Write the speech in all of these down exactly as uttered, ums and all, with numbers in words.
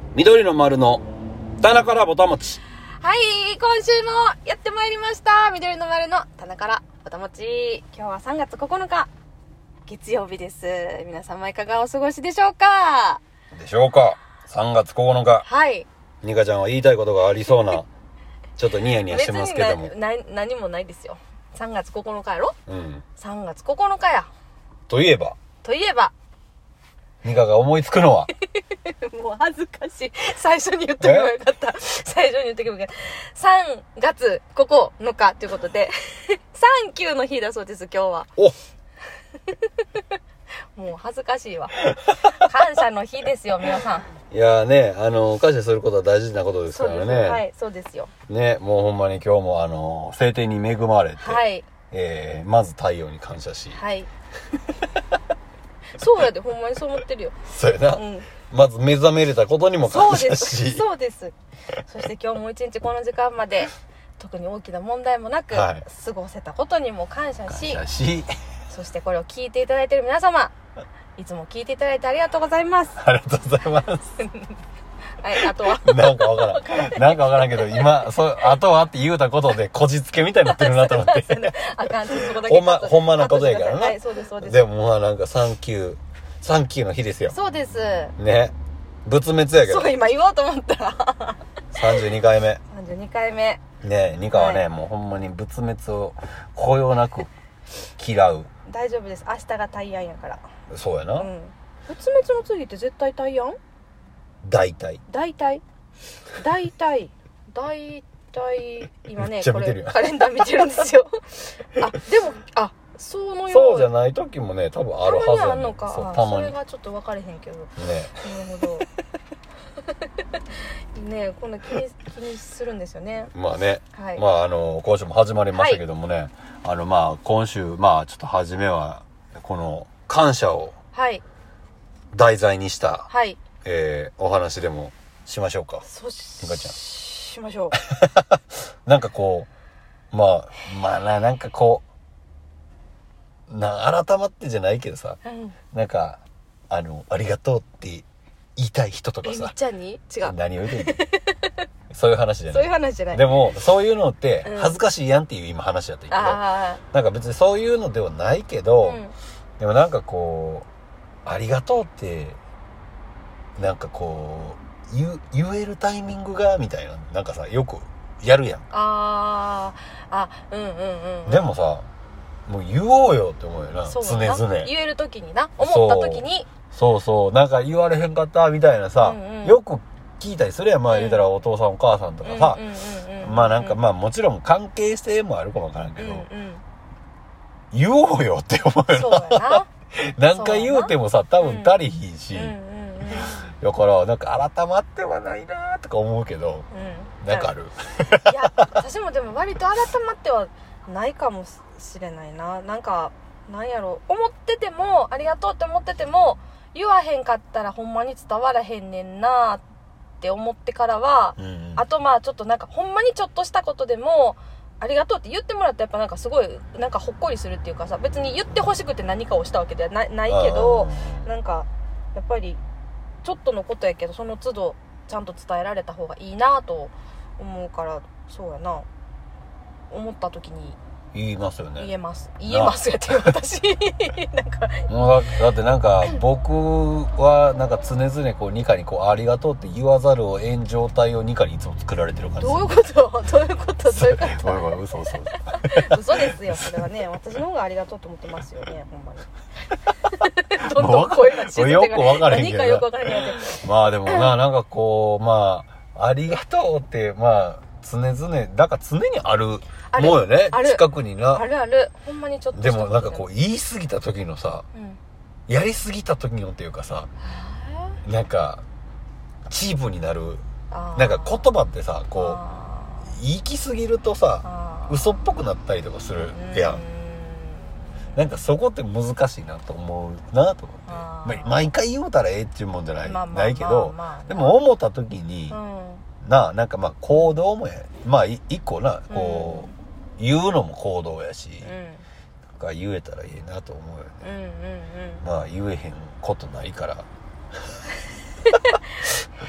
緑の丸の棚からぼたもち。 はい、今週もやってまいりました。緑の丸の棚からぼたもち。今日はさんがつここのか月曜日です。皆様いかがお過ごしでしょうかでしょうか。さんがつここのか。 はい。 ニカちゃんは言いたいことがありそうなちょっとニヤニヤしてますけども。 別になな何もないですよ。さんがつここのかやろ。 うん。 さんがつここのかや。 といえば。 といえば。 ニカが思いつくのはもう恥ずかしい。最初に言っておけばよかった。最初に言っておけばよかった。さんがつここのかということで、サンキューの日だそうです、今日は。 おもう恥ずかしいわ。感謝の日ですよ、皆さん。 いやーね、あの、感謝することは大事なことですからね。 そうです。はい、そうですよ。 ね、もうほんまに今日もあの、晴天に恵まれて、 はい。 えー、まず太陽に感謝し。 はい。そうやで、ほんまにそう思ってるよ。 そうやな。うん、まず目覚めれたことにも感謝し。 そうです。そうです。そして今日も一日この時間まで、特に大きな問題もなく、はい、過ごせたことにも感謝し、 感謝し、 そしてこれを聞いていただいている皆様、いつも聞いていただいてありがとうございます。 ありがとうございます。 はい、あとはなんかわからん。なんかわからんけど、今、そう、あとはって言うたことで、こじつけみたいになってるなと思って。 あかん、ちょっとそこだけ。 ほんま、ほんまなことやからな。 はい、そうです、そうです。 でもまあなんか、サンキュー、サンキューの日ですよ。 そうです。 ね。仏滅やけど。 そう、今言おうと思ったら。 さんじゅうにかいめ。 さんじゅうにかいめ。 ね、ニカはね、はい、もうほんまに仏滅をこよなく嫌う。 大丈夫です。明日が大安やから。 そうやな。うん。 仏滅の次って絶対大安？ 大体。 大体。大体。大体。今ね、 これカレンダー見てるんですよ。あ、でも、あ、そのようそうじゃない時もね、多分あるはずやね。 たまにあんのか。 そう、 たまに。それがちょっと分かれへんけど。ね。なるほど。ね、こんな気に気にするんですよね。 まあね、はい、まああの今週も始まりましたけどもね、はい、あのまあ今週まあちょっと初めはこの感謝を題材にした、はい、えー、お話でもしましょうか。 そうし、 ニカちゃんしましょう。なんかこうまあまあななんかこうな改まってじゃないけどさ、うん、なんかあのありがとうって言いたい人とかさ。 えみっちゃんに違う。 何を言ってんのそういう話じゃない。 そういう話じゃない。 でも、そういうのって恥ずかしいやんっていう今話だったけど、うん、なんか別にそういうのではないけど、うん、でもなんかこう、ありがとうって、なんかこう、言, 言えるタイミングが、みたいな、なんかさ、よくやるやん。 あー、あ、うんうんうん、うん。 でもさ、もう言おうよって思うよな、常々。 言えるときにな、思ったときに。 そうそう、なんか言われへんかったみたいなさ、うんうん、よく聞いたりするやん。まあ言うたらお父さんお母さんとかさ、まあなんかまあもちろん関係性もあるかもわからんけど、うんうん、言おうよって思うよな。そうやな。何回言うてもさ、多分足りひんし、うんうんうんうん、だからなんか改まってはないなとか思うけど、うん、なんかある。 いや、私もでも割と改まってはないかもしれないな。なんか、なんやろ、思ってても、ありがとうって思ってても、言わへんかったらほんまに伝わらへんねんなって思ってからは、うんうん、あとまあちょっとなんかほんまにちょっとしたことでもありがとうって言ってもらったらやっぱなんかすごいなんかほっこりするっていうかさ、別に言ってほしくて何かをしたわけでは な, ないけど、なんかやっぱりちょっとのことやけどその都度ちゃんと伝えられた方がいいなと思うから、そうやな、思った時に言いますよね。 言えます言えますよって私なんかだ, だってなんか僕はなんか常々こうニカにこうありがとうって言わざるを得ん状態をニカにいつも作られてる感じ。 どういうことどういうことどういうことごめんごめん嘘嘘嘘ですよ。それはね、私の方がありがとうと思ってますよね、ほんまに。どんどん声が静よく分からへんけど、 何かよく分からへんけど、 まあでもな、なんかこうまあありがとうってまあ常々だから常にあるもんよね、近くにな。 あるある、ほんまにちょっと。 でもなんかこう言い過ぎた時のさ、うん、やり過ぎた時のっていうかさ、なんかチープになる、なんか言葉ってさこう言いき過ぎるとさ嘘っぽくなったりとかするやん。なんかそこって難しいなと思うなと思って、まあ、毎回言うたらええっていうもんじゃない、まあまあまあ、ないけど、まあまあ、でも思った時に、うんな、なんかまあ行動もや、まあ一個な、こう、うん、言うのも行動やし、うん、なんか言えたらいいなと思うよね。うんうんうん、まあ言えへんことないから。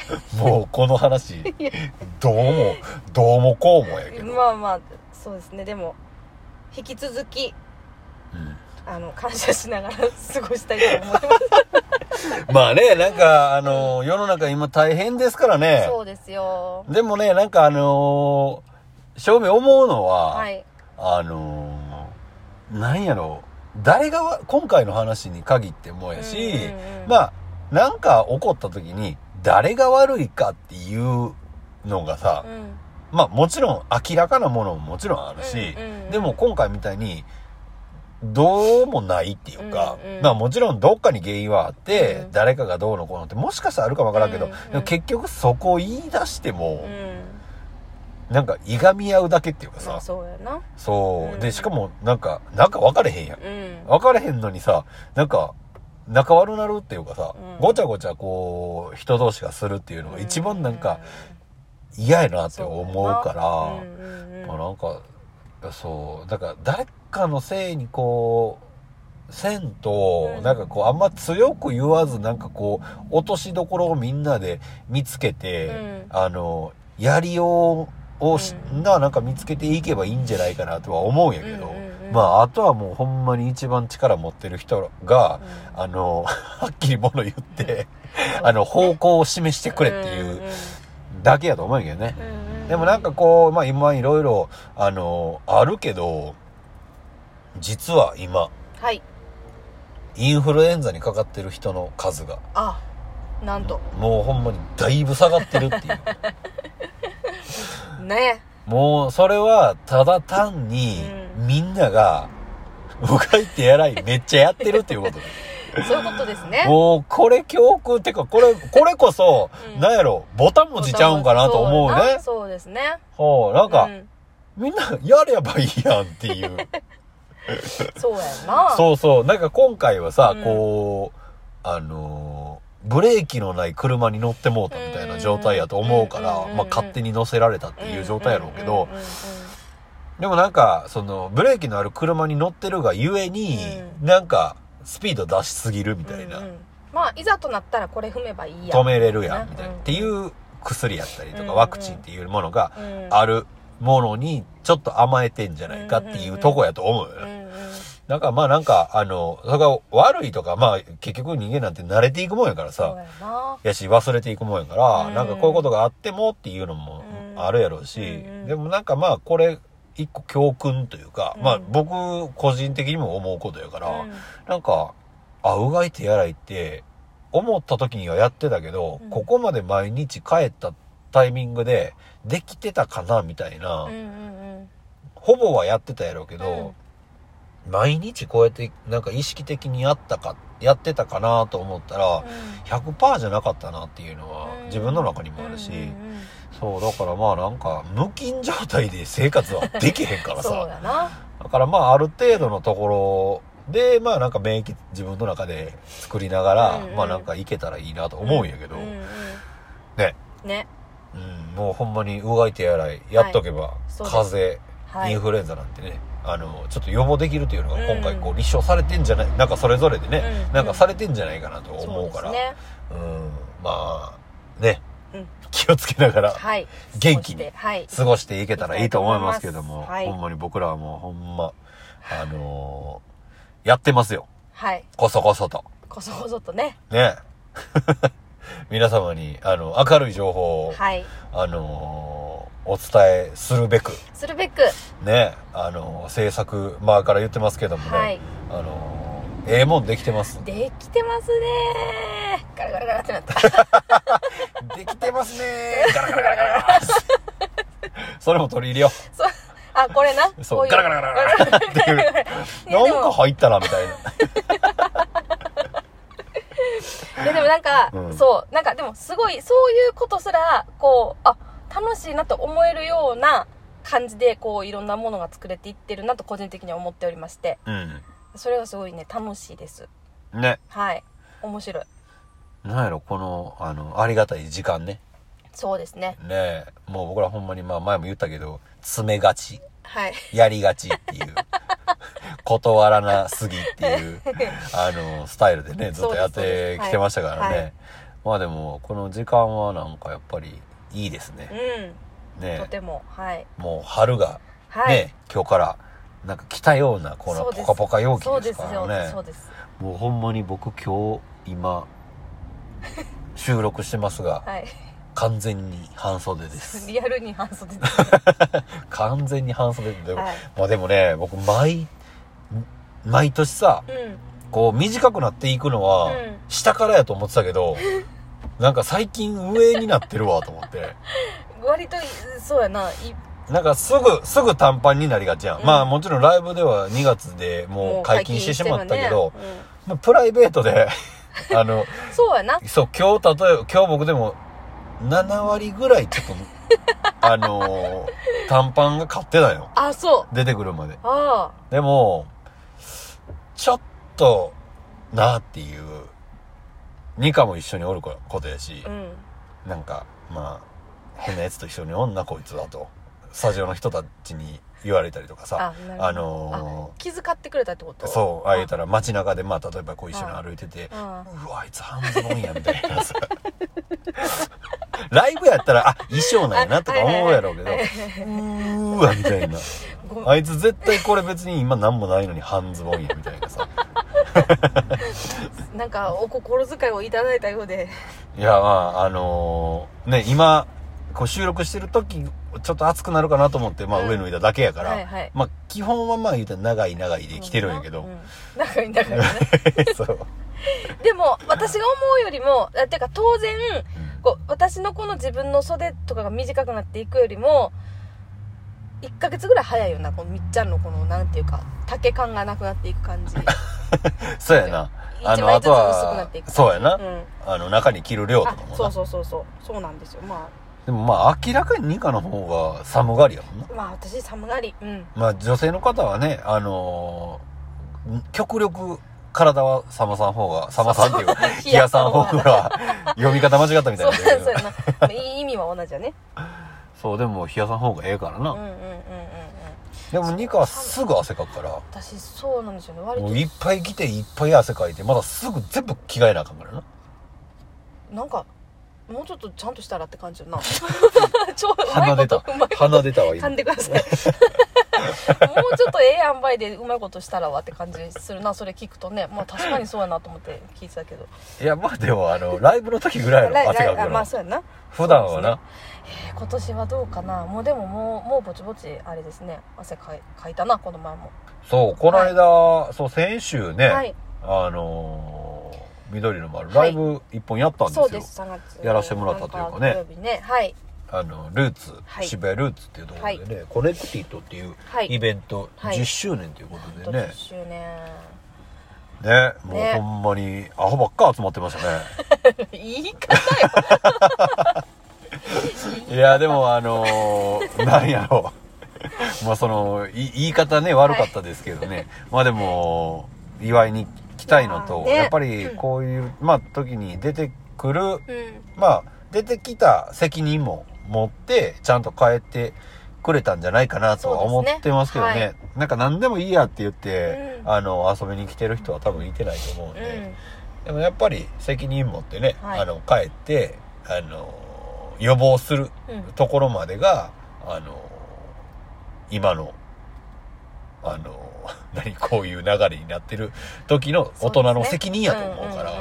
もうこの話どうもどうもこうもやけど、 まあまあそうですね。でも引き続き、うん、あの感謝しながら過ごしたいと思いますまあね、なんかあの世の中今大変ですからね。 そうですよ。 でもね、なんかあの正味思うのは、はい、あのなんやろう、誰が今回の話に限ってもやし、うんうんうん、まあなんか起こった時に誰が悪いかっていうのがさ、うん、まあもちろん明らかなものももちろんあるし、うんうんうん、でも今回みたいにどうもないっていうか、うんうん、まあもちろんどっかに原因はあって、うん、誰かがどうのこうのってもしかしたらあるかもわからんけど、うんうん、でも結局そこを言い出しても、うん、なんかいがみ合うだけっていうかさ、まあ、そうやな。そう、うん、でしかもなんかなんか分かれへんやん、うん、分かれへんのにさ、なんか仲悪なるっていうかさ、うん、ごちゃごちゃこう人同士がするっていうのが一番なんか嫌やなって思うから、うんうんうん、まあなんかそうだから誰かのせいにこうせんと、うん、なんかこうあんま強く言わず、なんかこう落としどころをみんなで見つけて、うん、あのやりようをし、うん、ななんか見つけていけばいいんじゃないかなとは思うんやけど、うんうんうん、まああとはもうほんまに一番力持ってる人が、うん、あのはっきりもの言って、うん、あの方向を示してくれっていうだけやと思うんやけどね、うんうん、でもなんかこうまあ今いろいろあのあるけど、実は今、はい、インフルエンザにかかってる人の数が、 あ、なんともうほんまにだいぶ下がってるっていうね。もうそれはただ単にみんながうがい手洗いめっちゃやってるっていうことでそういうことですね。 もうこれ教訓ってか、これこれこそ、うん、なんやろボタン持ちちゃうんかなと思うね。 そうですね。 ほうなんか、うん、みんなやればいいやんっていうそうやな。 そうそう。なんか今回はさ、うん、こう、あのー、ブレーキのない車に乗ってもうたみたいな状態やと思うから、まあ勝手に乗せられたっていう状態やろうけど、でもなんか、その、ブレーキのある車に乗ってるがゆえに、うん、なんか、スピード出しすぎるみたいな。うんうん、 まあ、いざとなったらこれ踏めばいいや。 止めれるやん、みたいな、うん。っていう薬やったりとか、ワクチンっていうものがあるものに、ちょっと甘えてんじゃないかっていうとこやと思うよね。うんうんうん、なんかまあなんか、あの、それが悪いとか、まあ結局人間なんて慣れていくもんやからさ、や, やし忘れていくもんやから、うん、なんかこういうことがあってもっていうのもあるやろうし、うん、でもなんかまあこれ、一個教訓というか、うん、まあ僕個人的にも思うことやから、うん、なんか、あ、うがい手洗いって思った時にはやってたけど、うん、ここまで毎日帰ったタイミングでできてたかなみたいな、うんうんうん、ほぼはやってたやろうけど、うん、毎日こうやってなんか意識的にやったか、やってたかなと思ったら、うん、ひゃくパーセント じゃなかったなっていうのは自分の中にもあるし、うんうんうん、そうだからまあなんか無菌状態で生活はできへんからさそうだな。 だからまあある程度のところでまあなんか免疫自分の中で作りながら、うんうん、まあなんかいけたらいいなと思うんやけど、うんうんうん、ねね、うん、もうほんまにうがい手洗いやっとけば、はい、風邪、はい、インフルエンザなんてね、あのちょっと予防できるというのが今回こう立証されてんじゃない、なんかそれぞれでね、うんうん、なんかされてんじゃないかなと思うから、ね、うん、まあね、うん、気をつけながら、はい、元気に過ごしていけたらいいと思いますけども、はい、ほんまに僕らはもうほんまあのー、やってますよ。はい。こそこそと。 こそこそとね。 ね。皆様にあの明るい情報を、はい、あのー、お伝えするべく。 するべく。 ね、あのー、制作側から言ってますけどもね。はい。あのー、ええもんできてます。 できてますねー。ガラガラガラってなった。 できてますねー。ガラガラガラガラ。それも取り入れよう。そあ、これな。 そう、こういうガラガラガラガラっていう。なんか入ったな、みたいな。 いやでもなんか、うん、そうなんかでもすごいそういうことすらこうあ楽しいなと思えるような感じでこういろんなものが作れていってるなと個人的には思っておりまして、うん、それがすごいね楽しいですね。はい面白い。 なんやろこのあのありがたい時間ね。 そうですね。 ねもう僕らほんまにまあ前も言ったけど詰めがち、 はい、 やりがちっていう断らなすぎっていうあのスタイルでねずっとやってきてましたからね、はいはい、 まあでもこの時間はなんかやっぱりいいですね。 うん。ね、とても、はい。 もう春がね、はい、今日からなんか来たようなこのポカポカ陽気ですからね。そうです。もうほんまに僕今日今収録してますが、はい、完全に半袖です。 リアルに半袖です、 ね。完全に半袖で、はい、まあでもね、僕毎毎年さ、うん、こう短くなっていくのは下からやと思ってたけど、うん、なんか最近上になってるわと思って。 割とそうやな。 なんかすぐすぐ短パンになりがちやん、うん、まあもちろんライブではにがつでもう解禁してしまったけど、ね、うん、まあ、プライベートであのそうやな。 そう今日例えば今日僕でもななわりぐらいちょっとあのー、短パンが買ってたよ。 あ、そう出てくるまで。 あでもちょっとなっていう、ニカも一緒におることやし、うん、なんかまあ変なやつと一緒におんなこいつだとスタジオの人たちに言われたりとかさ、あ、あのー、気遣ってくれたってこと？ そう、ああ言ったら街中でまあ例えばこう一緒に歩いてて、うわあいつ半ズボンやみたいなさライブやったらあ衣装なんやなとか思うやろうけど、うーわみたいな、あいつ絶対これ別に今何もないのに半ズボンやみたいなさなんかお心遣いをいただいたようで、 いやまああのー、ね今こう収録してる時ちょっと暑くなるかなと思って、まあ、上脱いだだけやから、うん、はいはい、まあ基本はまあ言うたら長い長いで来てるんやけど、うんうん、 長い長いねそうでも私が思うよりもてか当然、うん、こう私のこの自分の袖とかが短くなっていくよりもいっかげつぐらい早いよな、このみっちゃんのこのなんていうか丈感がなくなっていく感じそうやな、 あのあとはそうやな、うん、あの中に着る量とかもな、 そうそうそうそうそうなんですよ。まあでもまあ明らかにニカの方が寒がりやもんな。 まあ私寒がり、うん、 まあ女性の方はね、あのー、極力体はサマさん方が、サマさんっていうかヒヤさん方が読み方間違ったみたいなそうそうやな意味は同じやねそう、でもヒヤさん方がええからな。うんうんうんうん、でもニカはすぐ汗かくから。 私そうなんですよね、割ともういっぱい着ていっぱい汗かいてまだすぐ全部着替えなあかんからな。 なんかもうちょっとちゃんとしたらって感じよな鼻出た鼻出たわ今。 噛んでくださいもうちょっとええ塩梅でうまいことしたらわって感じするな、それ聞くとね。まあ確かにそうやなと思って聞いてたけど、 いやまあでもあのライブの時ぐらいの汗かくの。 まあそうやな、 普段はな、ね、 えー、今年はどうかな。もうでももうもうぼちぼちあれですね、汗かい、かいたなこの前も。 そうこの間、はい、そう先週ね、はい、あのー緑の丸ライブ一本やったんですよ、はい、そうです、さんがつやらせてもらったというかね、 ね、はい、 あのルーツ、はい、渋谷ルーツっていうところでね、はい、コネクティットっていうイベント、はい、じゅっしゅうねんということでね、 じゅっしゅうねんね、もう、ね、ほんまにアホばっか集まってましたね言い方よいやでもあのー、なんやろうまあその言い方ね悪かったですけどね、はい、まあでも祝いに来たいのと、ね、やっぱりこういう、うん、まあ時に出てくる、うん、まあ出てきた責任も持ってちゃんと変えてくれたんじゃないかなとは思ってますけどね、はい、なんか何でもいいやって言って、うん、あの遊びに来てる人は多分いてないと思うんで、うん、でもやっぱり責任持ってね、はい、あの帰ってあの予防するところまでが、うん、あの今のあの何こういう流れになってる時の大人の責任やと思うから、だ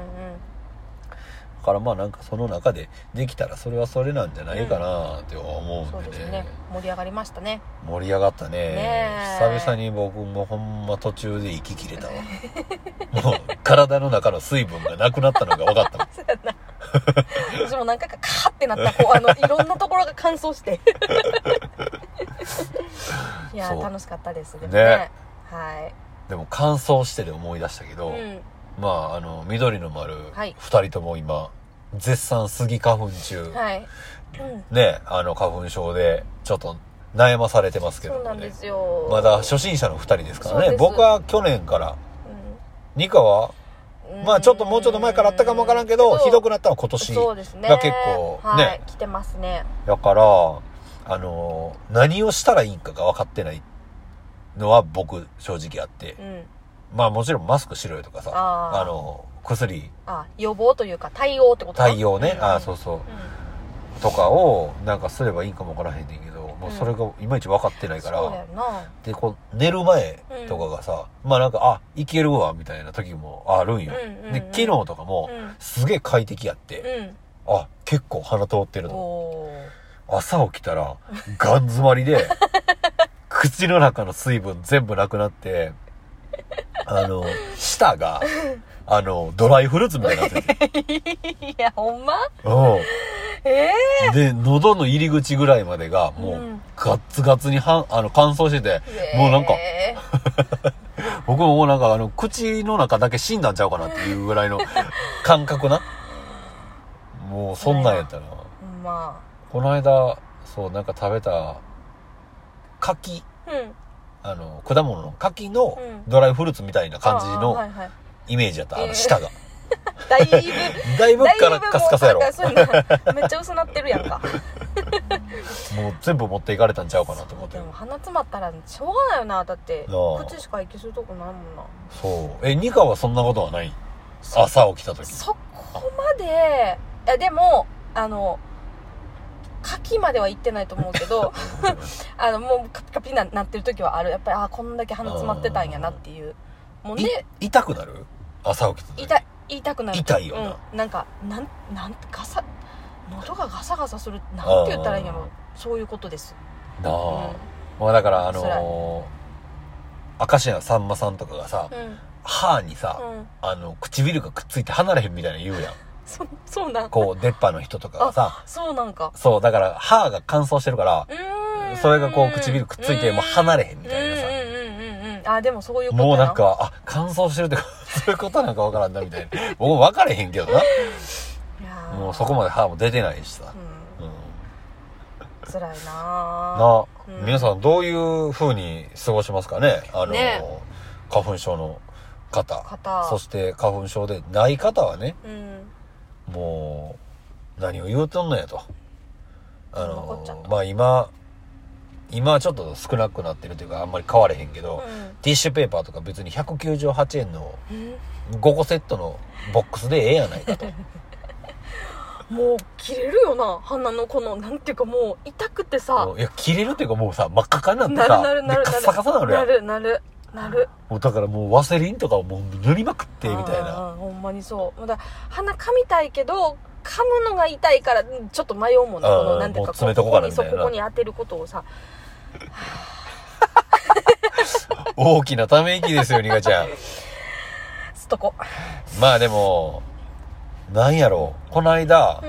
からまあなんかその中でできたらそれはそれなんじゃないかなって思うんでね、うん、そうですね、 盛り上がりましたね。 盛り上がった ね, ね久々に僕もほんま途中で息切れたわもう体の中の水分がなくなったのが分かったもんそうやな私も何回かカーってなったこうあのいろんなところが乾燥していや楽しかったです。でも ね, ねはい、 でも乾燥してで思い出したけど、うん、まああの緑の丸、はい、ふたりとも今絶賛スギ花粉中、はいうん、ねあの花粉症でちょっと悩まされてますけど、ね、 そうなんですよ。まだ初心者のふたりですからね。僕は去年から、うん、ニカはまあちょっともうちょっと前からあったかもわからんけど、ひどくなったのは今年が結構ね、はい、 来てますね。 だからあの何をしたらいいかが分かってないのは僕正直あって、うん、まあもちろんマスクしろよとかさ、ああの薬、 あ予防というか対応ってことか。 対応ね、 うん、 あそうそう、うん、とかをなんかすればいいんかもわからへんねんけど、もうそれがいまいち分かってないから、 そうだよな。 でこう寝る前とかがさ、うん、まあなんかあいけるわみたいな時もあるんよ、うんうんうん、で昨日とかもすげえ快適やって、うん、あ結構鼻通ってるの。朝起きたらガン詰まりで口の中の水分全部なくなってあの舌があのドライフルーツみたいになってていやほんまうんええー、 で喉の入り口ぐらいまでがもうガッツガツにはあの乾燥してて、うん、もうなんか僕ももうなんかあの口の中だけ死んだんちゃうかなっていうぐらいの感覚なもうそんなんやったな。 まあこの間そうなんか食べた柿、うん、あの果物の柿のドライフルーツみたいな感じのイメージやった、あの舌が、 えー、だいぶだいぶからカスカスやろ。 めっちゃ薄なってるやんかもう全部持っていかれたんちゃうかなと思って。 でも鼻詰まったらしょうがないよな。だって口しか息するとこないもんな。 そうえニカはそんなことはない？朝起きた時そこまでいでもあの柿までは行ってないと思うけどあのもうカピカピに な, なってる時はある。やっぱりあこんだけ鼻詰まってたんやなっていうもうね。 痛くなる？朝起きた時痛痛くなる。 痛いよな、 うん、なんかなんなんガサ喉がガサガサするなんて言ったらいいんやろ。そういうことですなあ、うん、まあだからあのー、明石家さんまさんとかがさ、うん、歯にさ、うん、あの唇がくっついて離れへんみたいな言うやんそ, そうなんこう出っ歯の人とかがさそうなんかそうだから歯が乾燥してるからそれがこう唇くっついてもう離れへんみたいなさ。 あでもそういうこともうなんかあ乾燥してるってそういうことなんかわからんなみたいな僕も分かれへんけどな。いやもうそこまで歯も出てないしさ、うんうん、 辛いなな、うん、皆さんどういう風に過ごしますかね。あのね花粉症の方方そして花粉症でない方はね、うん、もう何を言うとんのやと。あのまあ今今はちょっと少なくなってるというかあんまり買われへんけど、うん、ティッシュペーパーとか別にひゃくきゅうじゅうはちえんのごこセットのボックスでええやないかともう切れるよな鼻のこのなんていうかもう痛くてさいや切れるっていうかもうさ真っ赤かになってさなるなるなるカッサカサなるやん。 なるなるなるもうだからもうワセリンとかをもう塗りまくってみたいな。 ほんまにそうだ鼻噛みたいけど噛むのが痛いからちょっと迷うもんな。このなんていうかここにそうここに当てることをさ大きなため息ですよニカちゃんすっとこまあでもなんやろうこの間、うん、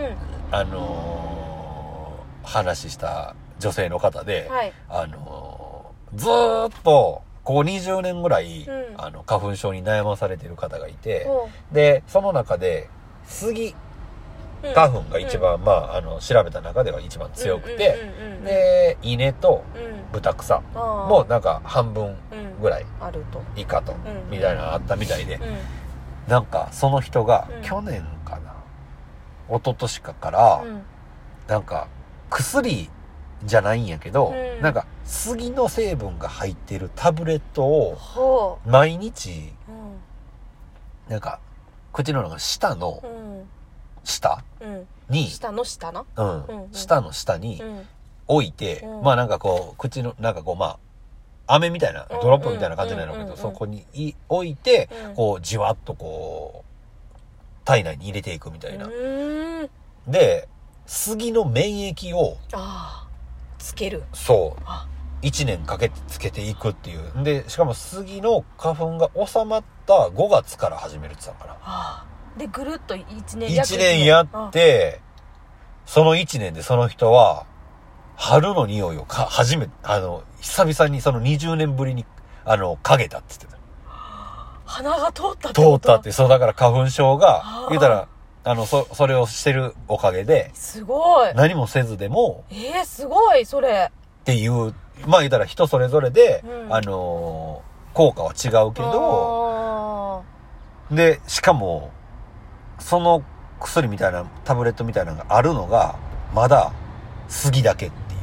あのー、話した女性の方で、はい、あのー、ずーっとここにじゅうねんぐらい、うん、あの花粉症に悩まされてる方がいて、でその中で杉花粉が一番、うん、まあ、あの調べた中では一番強くて、で稲と豚草もなんか半分ぐらい以下とみたいなのがあったみたいで、なんかその人が去年かな一昨年かからなんか薬じゃないんやけど、なんか杉の成分が入ってるタブレットを毎日なんか口の中の下の下に、 うん、下の下な、 うん、うん、下の下に置いて、うん、まあなんかこう口のなんかこうまあ飴みたいなドロップみたいな感じなんだけど、そこに置いて、うん、こうじわっとこう体内に入れていくみたいな。で杉の免疫をあつける。 そういちねんかけてつけていくっていう。でしかも杉の花粉が収まったごがつから始めるって言ってたから。 あでぐるっといちねんいちねんやってそのいちねんでその人は春の匂いをか初めあの久々にそのにじゅうねんぶりにあの嗅げたって言ってた。 鼻が通ったって通ったって。そうだから花粉症が言うたらあのそそれをしてるおかげですごい何もせずでもえー、すごいそれっていうまあ言うたら人それぞれで、うん、あのー、効果は違うけどでしかもその薬みたいなタブレットみたいなのがあるのがまだ杉だけっていう。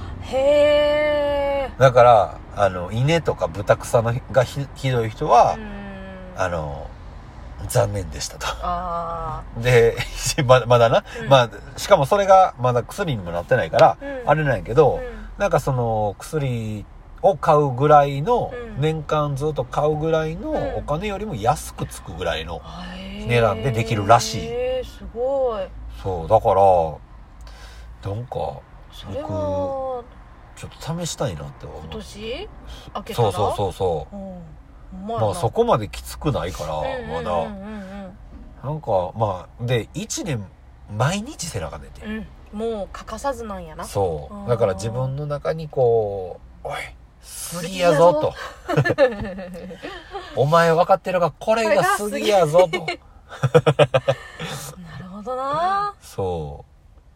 へー。 だからあの稲とか豚草のが ひ, ひどい人はあの残念でしたと。 あで、まだまだな、うん、まあ、しかもそれがまだ薬にもなってないから、うん、あれなんやけど、うん、なんかその薬を買うぐらいの、うん、年間ずっと買うぐらいのお金よりも安くつくぐらいの値段でできるらしい。 へー、すごい。 そう、だから、なんか、 それはちょっと試したいなって思う。 今年開けたらそうそうそうそう。うんまあそこまできつくないから、まだ。なんか、まあ、で、一年、毎日背中出て、 うん。もう欠かさずなんやな。 そう。だから自分の中にこう、おい、杉やぞと。お前分かってるが、これが杉やぞと。なるほどな。 そう。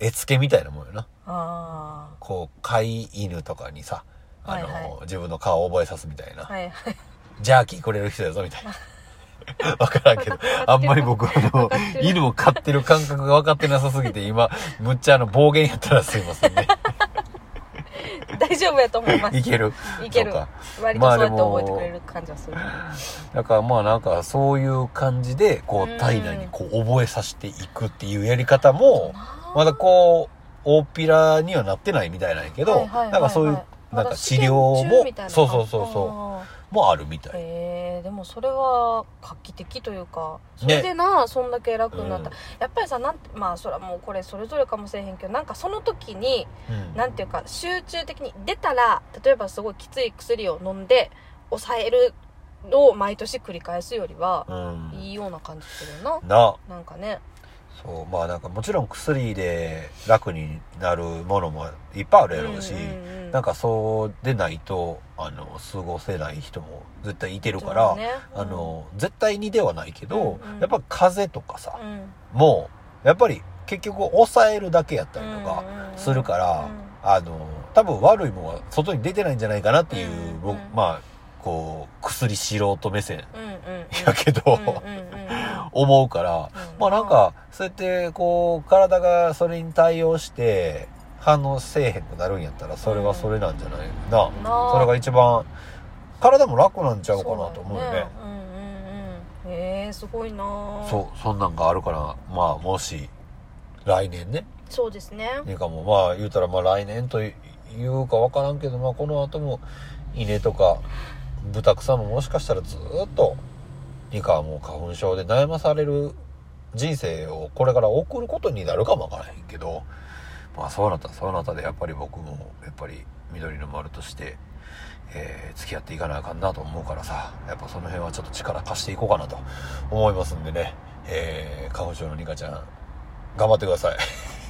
絵付けみたいなもんよな。 あこう、飼い犬とかにさ、あの、はいはい、自分の顔を覚えさすみたいな。 はいはい。 ジャーキーくれる人やぞみたいな。わからんけど、あんまり僕あの、犬を飼ってる感覚が分かってなさすぎて、今、むっちゃあの、暴言やったらすいませんね。 大丈夫やと思います。 いけるいける。割とそうやって覚えてくれる感じはする。 だからまあなんか、そういう感じで、こう、体内にこう、覚えさせていくっていうやり方も、まだこう、大っぴらにはなってないみたいなんやけど、なんかそういう、なんか治療も、そうそうそうそう。もあるみたい。 へえ、でもそれは画期的というか、それでな、ね、そんだけ楽になった、うん、やっぱりさ、なんて、まあそれはもうこれそれぞれかもしれへんけど、なんかその時に、うん、なんていうか集中的に出たら、例えばすごいきつい薬を飲んで抑えるのを毎年繰り返すよりは、うん、いいような感じするな。 な、 なんかね。 そう、まあなんかもちろん薬で楽になるものもいっぱいあるやろうし、うんうんうん、なんかそうでないとあの過ごせない人も絶対いてるから、ねうん、あの絶対にではないけど、うんうん、やっぱ風邪とかさ、うん、もうやっぱり結局抑えるだけやったりとかするから、うんうんうん、あの多分悪いものは外に出てないんじゃないかなっていう、うんうん、まあこう薬素人目線やけど、うんうんうんうん思うから、うん、まあなんかそうやってこう体がそれに対応して反応せえへんくなるんやったらそれはそれなんじゃないな、うん、それが一番体も楽なんちゃうかなと思うよね。 うんうんうん、へえ、すごいな。 そうそんなんがあるから、まあもし来年ね。 そうですね。 いいかも、まあ言うたらまあ来年というか分からんけど、まあこの後も稲とか豚草ももしかしたらずっとニカはもう花粉症で悩まされる人生をこれから送ることになるかもわからへんけど、まあそうなったらそうなったでやっぱり僕もやっぱり緑の丸として、えー、付き合っていかなあかんなと思うからさ、やっぱその辺はちょっと力貸していこうかなと思いますんでね、えー、花粉症のニカちゃん頑張ってください。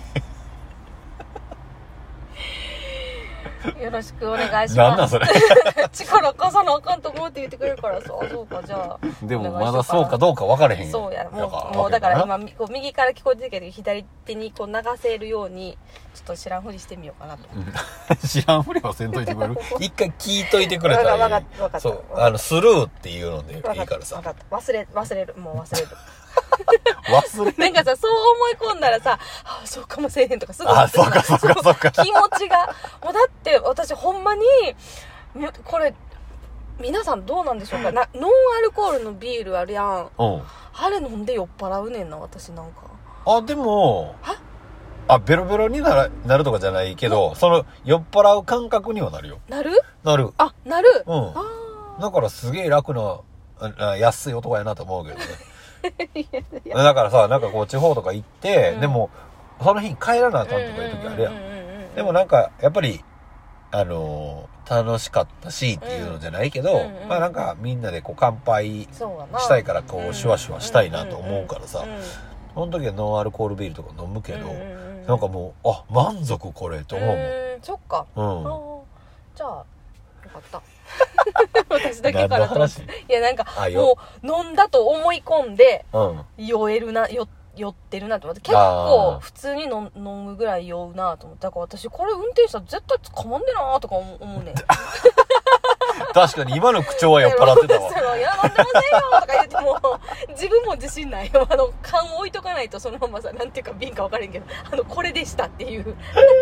よろしくお願いします。 なんなんそれ。 力貸さなあかんと思うって言ってくれるからさ、そうか、じゃあ。 でもまだそうかどうか分からへん。 そうや、もう、もうだから今、こう右から聞こえてるけど、左手にこう流せるように、ちょっと知らんふりしてみようかなと。 知らんふりはせんといてくれる。一回聞いといてくれたらいい。分かった、分かった。そう、あの、スルーっていうのでいいからさ。 分かった、忘れ、忘れる、もう忘れる。 忘れるなんかさ、そう思い込んだらさ、あ、そうかもしれへんとかすぐあ、そうかそうかそうか。 気持ちが。もうだって私ほんまに、これ、皆さんどうなんでしょうかな、ノンアルコールのビールあるやん。うん。あれ飲んで酔っ払うねんな、私なんか。 あ、でも、あ、ベロベロになる、なるとかじゃないけど、その、酔っ払う感覚にはなるよ。 なるなる。 あ、なるうん。あだからすげえ楽な、安い男やなと思うけどね。だからさ、なんかこう地方とか行って、うん、でもその日に帰らなあかんとかいう時あるやん。でもなんかやっぱりあのー、楽しかったしっていうのじゃないけど、うんうんうん、まあなんかみんなでこう乾杯したいからこうシュワシュワしたいなと思うからさ、その時はノンアルコールビールとか飲むけど、うんうんうん、なんかもうあ満足これと思うもん。うんそっか。 うん。 じゃあよかった。私だけからといやなんかもう飲んだと思い込んで、うん、酔えるな酔酔ってるなと思って結構普通に飲むぐらい酔うなと思って、だから私これ運転したら絶対捕まんでなとか思うねん。 確かに今の口調は酔っ払ってたわ。 いや飲んでませんよとか言っても自分も自信ないよ。あの缶置いとかないとそのままさ、なんていうか瓶か分からんけど、あのこれでしたっていう。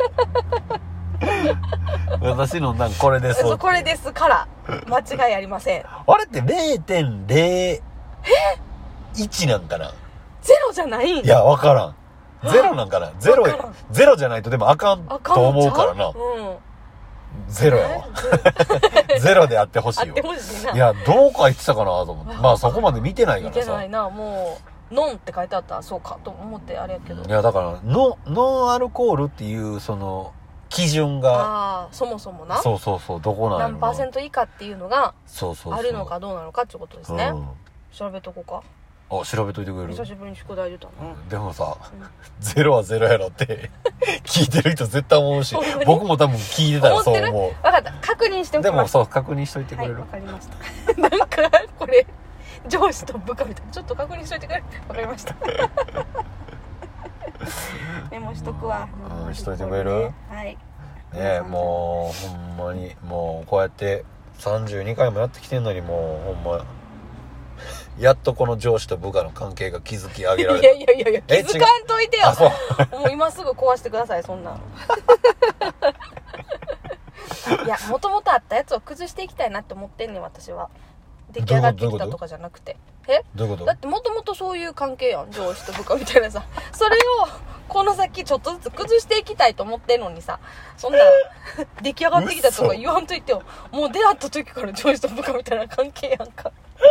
私のなんこれです。 そうこれですから間違いありません。 あれって れいてんれいえいちなんかな。 ゼロじゃないん？ いや分からん。ゼロなんかな。ゼロゼロじゃないとでもあかんと思うからな。うん。ゼロやわ。ゼロであってほしいよ。あってほしいな。いやどう書いてたかなと思って。まあそこまで見てないからさ。見てないな。もうノンって書いてあったらそうかと思ってあれやけど。 いやだからノノンアルコールっていうその基準が、 ああそもそもな。 そうそうそうどこなんやろな。 何パーセント以下っていうのがそうそうあるのかどうなのかっていうことですね。うん、調べとこうか。 あ調べといてくれる。 久しぶりに宿題出たな。 でもさ、うん、ゼロはゼロやろって聞いてる人絶対思うし、僕も多分聞いてたらそう思う。 分かった、確認しておきます。 でもそう確認しといてくれる。 はい、分かりました。なんかこれ上司と部下みたいな、ちょっと確認しといてくれる。分かりました。メモしとくわ。 うん、しといてくれる。 はい。 ねえもうほんまにもうこうやってさんじゅうにかいもやってきてんのにもうほんまやっとこの上司と部下の関係が築き上げられた。 いやいやいや気づかんといてよ。もう今すぐ壊してくださいそんなの。いやもともとあったやつを崩していきたいなって思ってんねん私は。出来上がってきたとかじゃなくて。えどういうこと？ だってもともとそういう関係やん上司と部下みたいなさ。それをこの先ちょっとずつ崩していきたいと思ってんのにさ、そんな出来上がってきたとか言わんといてよ。もう出会った時から上司と部下みたいな関係やんか。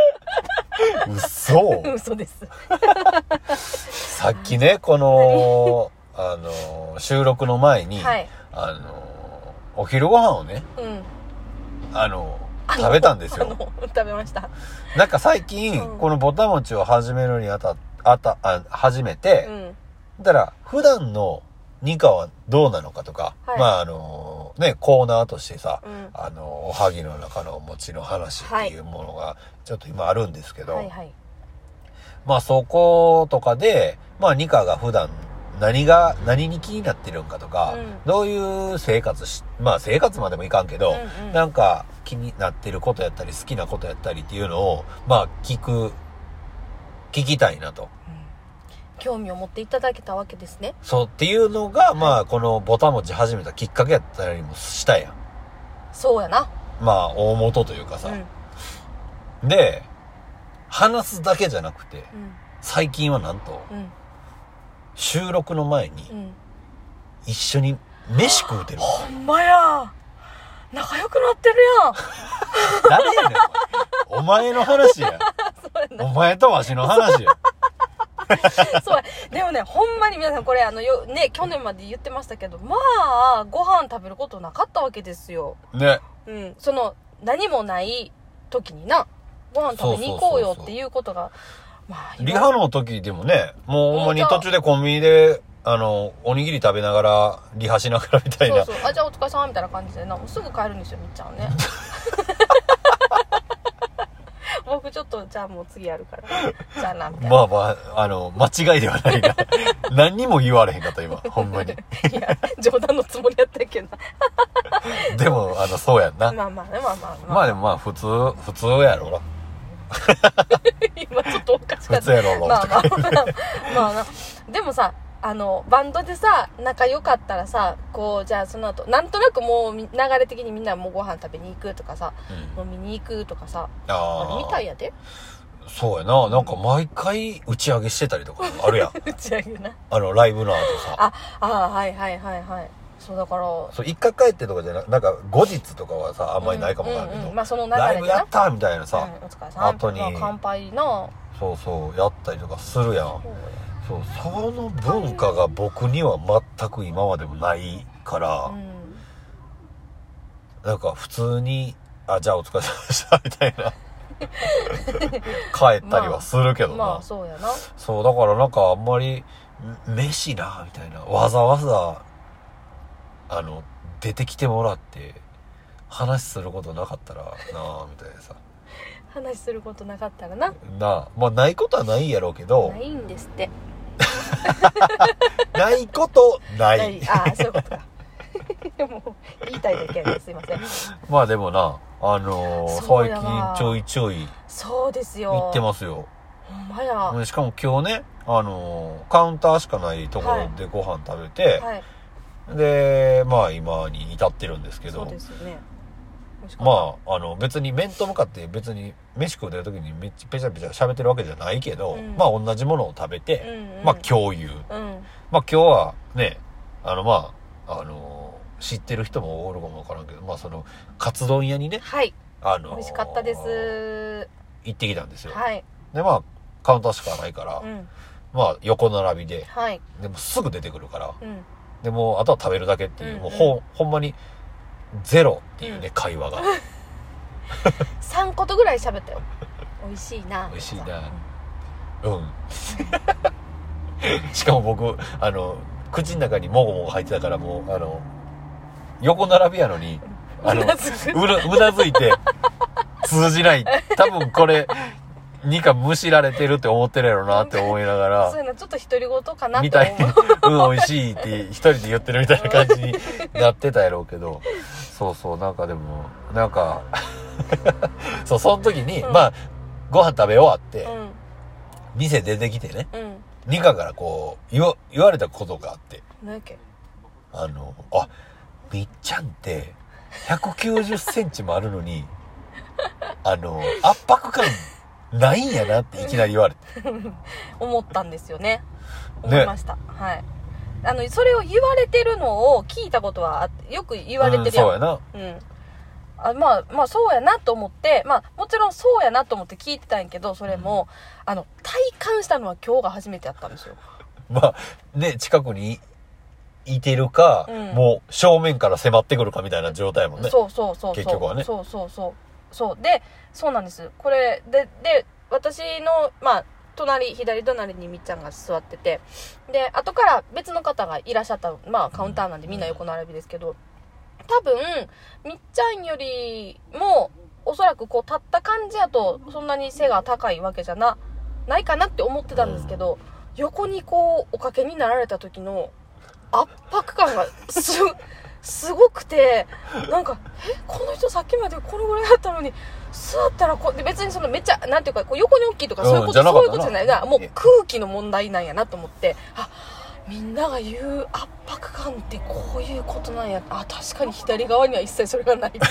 嘘嘘です。 さっきねこのあの収録の前に、はい、あのお昼ご飯をね、うん、あの食べたんですよ。 食べました。 なんか最近、うん、このぼたもちを始めるにあたあたあ始めて、うん、だから普段のニカはどうなのかとか、はい、まああのねコーナーとしてさ、うん、あのおはぎの中のお餅の話っていうものがちょっと今あるんですけど、はいはい、まあそことかでまあニカが普段何が何に気になってるんかとか、うん、どういう生活しまあ生活までもいかんけど、うんうん、なんか気になってることやったり好きなことやったりっていうのをまあ聞く聞きたいなと。 興味を持っていただけたわけですね。 そうっていうのが、はい、まあこのぼたもち始めたきっかけやったりもしたやん。 そうやな。 まあ大元というかさ、うん、で話すだけじゃなくて、うん、最近はなんと、うん、収録の前に、うん、一緒に飯食うてる。 ほんまや仲良くなってるやん。 誰やねんお前の話や。お前とわしの話や。 そうでもねほんまに皆さんこれあのよ、ね、去年まで言ってましたけどまあご飯食べることなかったわけですよね、 うん、その何もない時になご飯食べに行こうよっていうことがまあリハの時でもねもうほんまに途中でコンビニであのおにぎり食べながらリハしながらみたいなそうそうあじゃあお疲れ様みたいな感じでなもうすぐ帰るんですよみっちゃんね。僕ちょっとじゃあもう次やるからじゃあなみたいな。まあまああの間違いではないな。何にも言われへんかった今ほんまに。いや冗談のつもりやったけどな。でもあのそうやんな。 まあまあねまあまあまあ、まあでもまあ普通普通やろな。 今ちょっとおかしかった。 普通やろろ。 まあまあまあなでもさあのバンドでさ仲良かったらさこうじゃあその後なんとなくもう流れ的にみんなもうご飯食べに行くとかさ、うん、飲みに行くとかさあれみたいやで。 そうやななんか毎回打ち上げしてたりとかあるやん。 打ち上げなあのライブの後さああはいはいはいはいそうだからそう一回帰ってとかじゃななんか後日とかはさあんまりないかもわからんけど、うんうんうんまあ、その流れでライブやったみたいなさ、 うん、お疲れさん後に乾杯なそうそうやったりとかするやん。そうその文化が僕には全く今までもないから、うん、なんか普通にあじゃあお疲れ様でしたみたいな帰ったりはするけどな、 まあ、まあそうやなそうだからなんかあんまり飯なみたいなわざわざあの出てきてもらって話することなかったらなあみたいなさ話することなかったらななあまあないことはないんやろうけどないんですってないことない。 ああ、そういうことか。もう言いたいだけですいません。 まあでもな、あのー、最近ちょいちょいそうですよ。 行ってますよ。 ほんまや。 しかも今日ね、あのー、カウンターしかないところでご飯食べて、はい、で、まあ今に至ってるんですけど。 そうですよね。 まああの別に面と向かって別に飯食うてる時にめっちゃペチャペチャ喋ってるわけじゃないけど、うん、まあ同じものを食べて、うんうん、まあ共有、うん、まあ今日はねあのまああの知ってる人もおるかもわからんけど、まあそのカツ丼屋にね、 はい、 あの美味しかったです。 行ってきたんですよ。 はい。 でまあカウンターしかないから、うん、まあ横並びで、 はい、 でもすぐ出てくるから、 うん、 でもあとは食べるだけっていう、うんうん、もうほほんまにゼロっていうね、うん、会話がさんことぐらい喋ったよ。美味しいな美味しいなうん、うん、しかも僕あの口の中にもごもご入ってたからもうあの横並びやのにあのうなずうなずいて通じない。多分これにかむしられてるって思ってるやろなって思いながら、 そういうのちょっと独り言かなって思うみたいうん美味しいって一人で言ってるみたいな感じになってたやろうけどそうそうなんかでもなんかそうその時に、うん、まあご飯食べ終わって、うん、店出てきてね、うん、ニカからこう言わ、言われたことがあって、 何やっけあのあみっちゃんってひゃくきゅうじゅっセンチもあるのにあの圧迫感ないんやなっていきなり言われて思ったんですよね。思いました、ね、はい。あのそれを言われてるのを聞いたことはよく言われてるやん、 うん、そうやな、 うん、あまあまあそうやなと思って、まあもちろんそうやなと思って聞いてたんやけど、それも、うん、あの体感したのは今日が初めてやったんですよ。 まあね近くにいてるか、うん、もう正面から迫ってくるかみたいな状態もんね。 そうそうそうそう結局はね。 そうそうそうそうでそうなんです。これでで私のまあ隣左隣にみっちゃんが座ってて、で後から別の方がいらっしゃった、まあカウンターなんでみんな横並びですけど、多分みっちゃんよりもおそらくこう立った感じやとそんなに背が高いわけじゃなないかなって思ってたんですけど、横にこうおかけになられた時の圧迫感がすすごくて、なんかえこの人さっきまでこのぐらいだったのに座ったらこで別にそのめっちゃなんていうかこう横に大きいとかそういうこと、うん、そういうことじゃないな、もう空気の問題なんやなと思って、あみんなが言う圧迫感ってこういうことなんや、あ確かに左側には一切それがないと思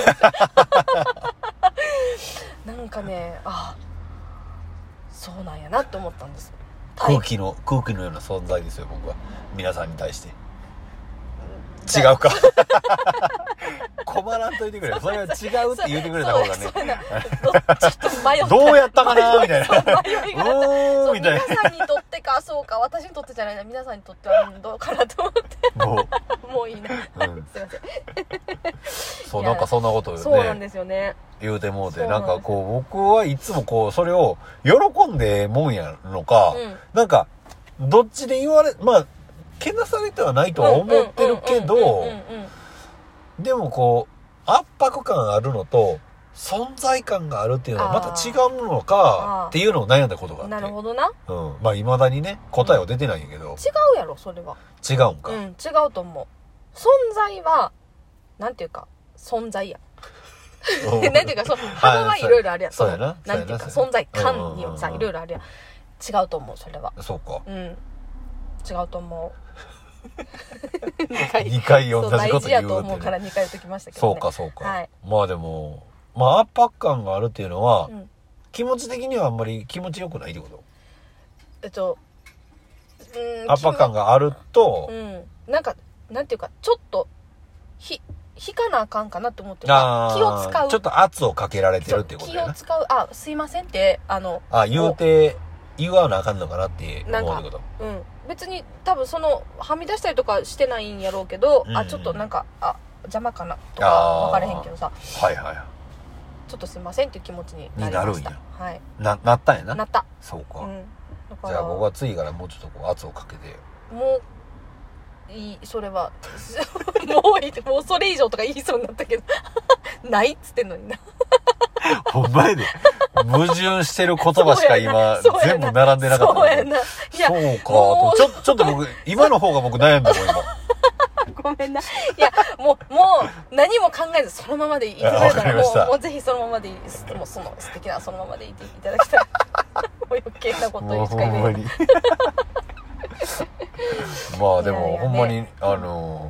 ってなんかねあそうなんやなって思ったんです。 空気の空気のような存在ですよ僕は皆さんに対して。違うか困らんといてくれ。それは違うって言ってくれた方がねちょっと迷ったどうやったかなみたいな迷いがあったそうみたいな。皆さんにとってかそうか私にとってじゃないな、皆さんにとってはどうかなと思ってもうもういいな、うん、すいませんそうなんかそんなことをねそうなんですよね言うてもうて、なんかこう僕はいつもこうそれを喜んでもんやのか、うん、なんかどっちで言われまあけなされてはないとは思ってるけど、でもこう圧迫感あるのと存在感があるっていうのはまた違うのかっていうのを悩んだことがあって。 なるほどな。 うん。まあ未だにね答えは出てないんやけど、うん、 違うやろそれは。 違うんか。 うん違うと思う。存在はなんていうか存在やなんていうかそう幅はいろいろあるやん。 そうやな。 なんていうか存在感にもさいろいろあるやん。違うと思うそれは。 そうか。 うん。違うと思う。 にかいにかい同じこと言うって、ね、大事やと思うからにかい言っときましたけどね。 そうかそうか、はい、まあでもまあ圧迫感があるっていうのは、うん、気持ち的にはあんまり気持ちよくないってこと？ えっとうん圧迫感があると、 うん、なんかなんていうかちょっとひ引かなあかんかなと思ってるから気を使う、 ちょっと圧をかけられてるってことだよね。 気を使う、あすいませんってあのあ言うて言わなあかんのかなって思うってこと。 うん、別に多分そのはみ出したりとかしてないんやろうけど、うん、あちょっとなんかあ邪魔かなとか分からへんけどさ、 はいはいちょっとすいませんっていう気持ちになりました。になるんや。はい。 ななったんやな。 なった。 そうか。うん、だからじゃあ僕は次からもうちょっとこう圧をかけて。 もういいそれはもういいもうそれ以上とか言いそうになったけどないっつってんのにな。 ほんまやで矛盾してる言葉しか今全部並んでなかった。 そうやな。いやそうかとちょちょっと僕今の方が僕悩んだもん今。 ごめんな。いやもうもう何も考えずそのままでいてくれたらもうもうぜひそのままでいいです。もうその素敵なそのままでいていただきたい。もう余計なことしか言えない。 まあでもほんまにあの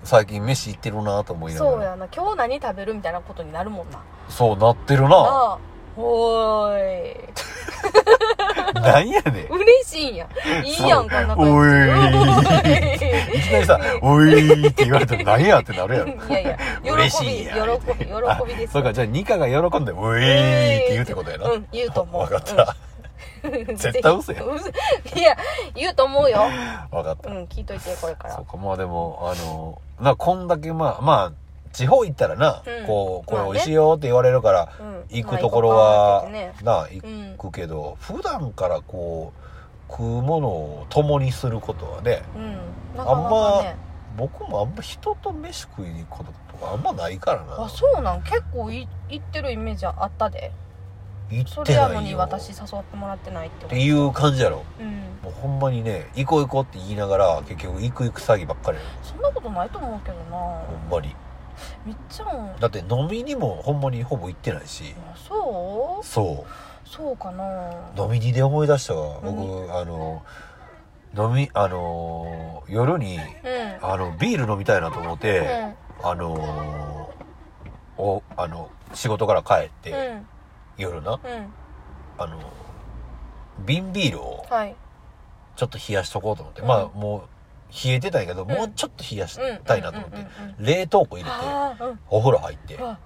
最近飯行ってるなと思いながら。 そうやな、今日何食べるみたいなことになるもんな。 そうなってるな。 なあ、おーい。 なんやねん。 嬉しいんや。いいやんか、仲良おく。 い。いきなりさ、おいって言われたら何やってなるやろ。 いやいや、喜び、 嬉しいや喜び、喜びです。 そうか、じゃあニカが喜んで、おいって言うってことやな。 うん、言うと思う。 わかった。絶対嘘や。 いや、言うと思うよ。 わかった。 うん、聞いといて、これから。 そうか、まあでも、あの、な、こんだけまあ、まあ、地方行ったらな、 うん、 こう、これまあね美味しいよって言われるから、 うん、 行くところは、 まあな、行くけど、普段からこう、食うものを共にすることはね、 うん、なあかなかんまね、 僕もあんま人と飯食いに行くこととかあんまないからな。 あ、そうなん、結構い行ってるイメージあったで。 行ってそれやのないよに私誘ってもらってないってっていう感じやろ。 うん、 もうほんまにね、行こう行こうって言いながら結局行く行く詐欺ばっかりやろ。 そんなことないと思うけどな。 ほんまに。 めっちゃもう、 だって飲みにもほんまにほぼ行ってないし。 あ、そうそそうかな。 う。飲みにで思い出したわ。僕、 うあの、飲み、あの、夜に、 うん、 あの、ビール飲みたいなと思って、 うん、 あの、お、あの、仕事から帰って、 うん、 夜な、 うん、 あの、瓶ビールをはい、 ちょっと冷やしとこうと思って、 うんまあもう冷えてたんやけど、 んもうちょっと冷やしたいなと思って、 うんうんうんうん冷凍庫入れて、 あー、うん、 お風呂入って、 あ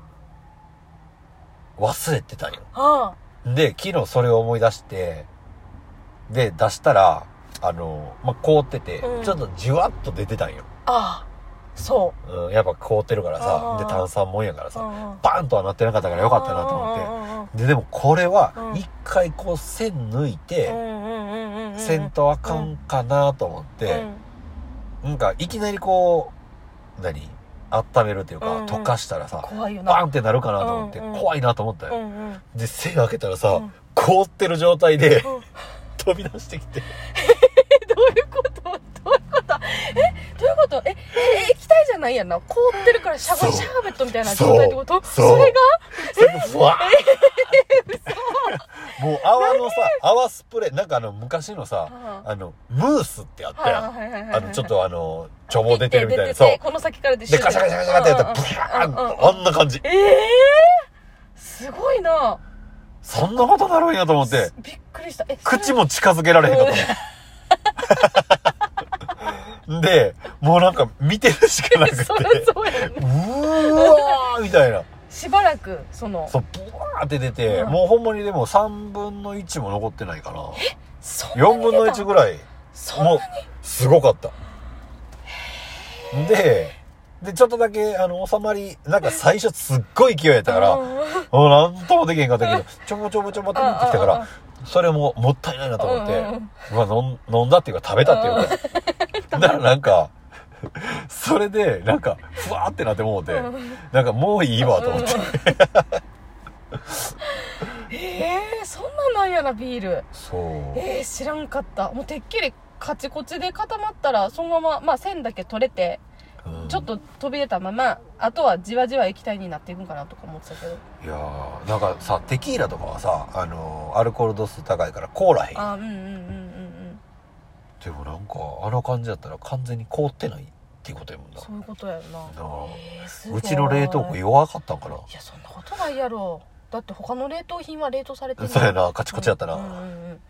忘れてたんよ。 あで、昨日それを思い出して、で、出したら、あの、まあ、凍ってて、 うんちょっとじわっと出てたんよ。 あ、そうん、やっぱ凍ってるからさあ、ーで、炭酸もんやからう、 さ、 うんうん、 バーンとはなってなかったからよかったなと思って、 思っで、でもこれはう、ん一回こう線抜いて、 うんうんうんうんうん、 せんとあかんかなと思って、なんかいきなりこう、何温めるっていうか、 うんうん溶かしたらさ、 怖いよな。 バーンってなるかなと思って、 うんうん怖いなと思ったよ。 うんうん、 で、線開けたらさ、 うん凍ってる状態で、 うん飛び出してきて。 え、どういうことどういうことえ、どういうことえ、え、液体じゃないやんな。凍ってるからシャそうバシャーベットみたいな状態ってことそうそれがそれがふわーもう泡のさ、泡スプレー、なんかあの昔のさ、 うんあの、ムースってあったやん。 はいはいはいはいあの、ちょっとあの、ちょぼ出てるみたいな。 出そう。 てこの先からでで、ガシャガシャガシャガシャってやったら、ブワうんうんうんーンあんな感じ。 ええー、すごいな。 そんなことなるんやと思って、 びっくりした。え、 口も近づけられへんかった。で、もうなんか見てるしかなくて、 そりゃそうやね。 うーわーみたいな。 しばらく、その、 そう、ブワーって出て、 うんもうほんまにでもさんぶんのいちも残ってないかな。 そんなによんぶんのいちぐらい、 そんなにもう、すごかった。で、で、ちょっとだけ、あの、収まり、なんか最初すっごい勢いやったから、 うんもうなんともできへんかったけど、ちょぼちょぼちょぼってってきたかうんうんうんら、それももったいないなと思って、 うんうんまあ飲ん飲んだっていうか食べたっていうか、だからなんか、それで、なんか、ふわーってなって思うて、 うんなんかもういいわと思って。 えー、そんなんなんやな、ビール。 そう。 えー、知らんかった。もうてっきりカチコチで固まったら、そのまま、まあ線だけ取れて、 うんちょっと飛び出たまま、あとはじわじわ液体になっていくんかなとか思ってたけど。 いやー、なんかさ、テキーラとかはさ、あのーアルコール度数高いから凍らへんやん。 あ、うんうんうんうんうん。 でもなんか、あの感じだったら完全に凍ってないっていうことやもんな。 そういうことやよな。 なあえー、すごいうちの冷凍庫弱かったんかな。 いや、そんなことないやろ。だって他の冷凍品は冷凍されてるそうやな、カチコチやったな。 うんうんうんうん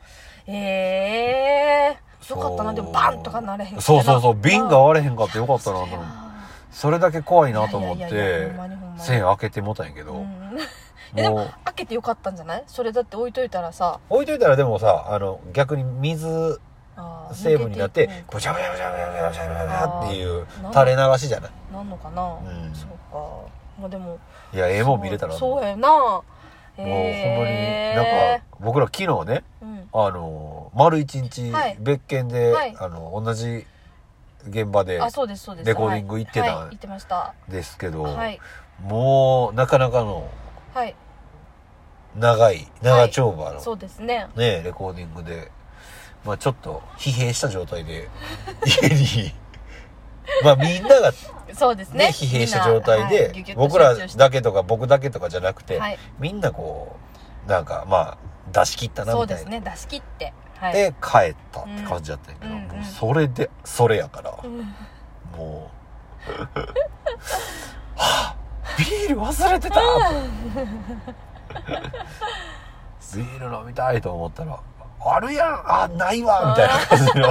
えー、よかったな。でもバンとかなれへんくてそうそうそう、瓶があ割れへんかってよかったなと思って。それだけ怖いなと思っいやいやいやてほんまにほんまに線開けてもたんやけど、 うんえでももう開けてよかったんじゃない？それだって置いといたらさ、 置いといたらでもさ、あの逆に水あー成分になって抜けいくブシャブシャブシャブシャブシャブシャっていうあー垂れ流しじゃない。 なんのかな、 うんそうか。まあでもいや、ええもん見れたな。 そうもうそうやな。 ほんまにえなんか僕ら昨日ね、 うんあの丸一日はい別件で、 はいあの同じ現場であ、そうですそうです。 レコーディング行ってたはいはい行ってました。 ですけど、 はいもうなかなかのはい。 長い長丁場の、 そうですね。 ねレコーディングで、まあちょっと疲弊した状態で家にまあみんながそうですね。 ね疲弊した状態で、 みんなはいギュギュッと僕ら集中してだけとか僕だけとかじゃなくて、 はいみんなこうなんかまあ出し切ったなみたいな、 そうですね。出し切って。はい。 で帰ったって感じだったんやけど、 うんうんうんもうそれでそれやから、 うんもはぁビール忘れてたビール飲みたいと思ったらあるやんあないわみたいな感じの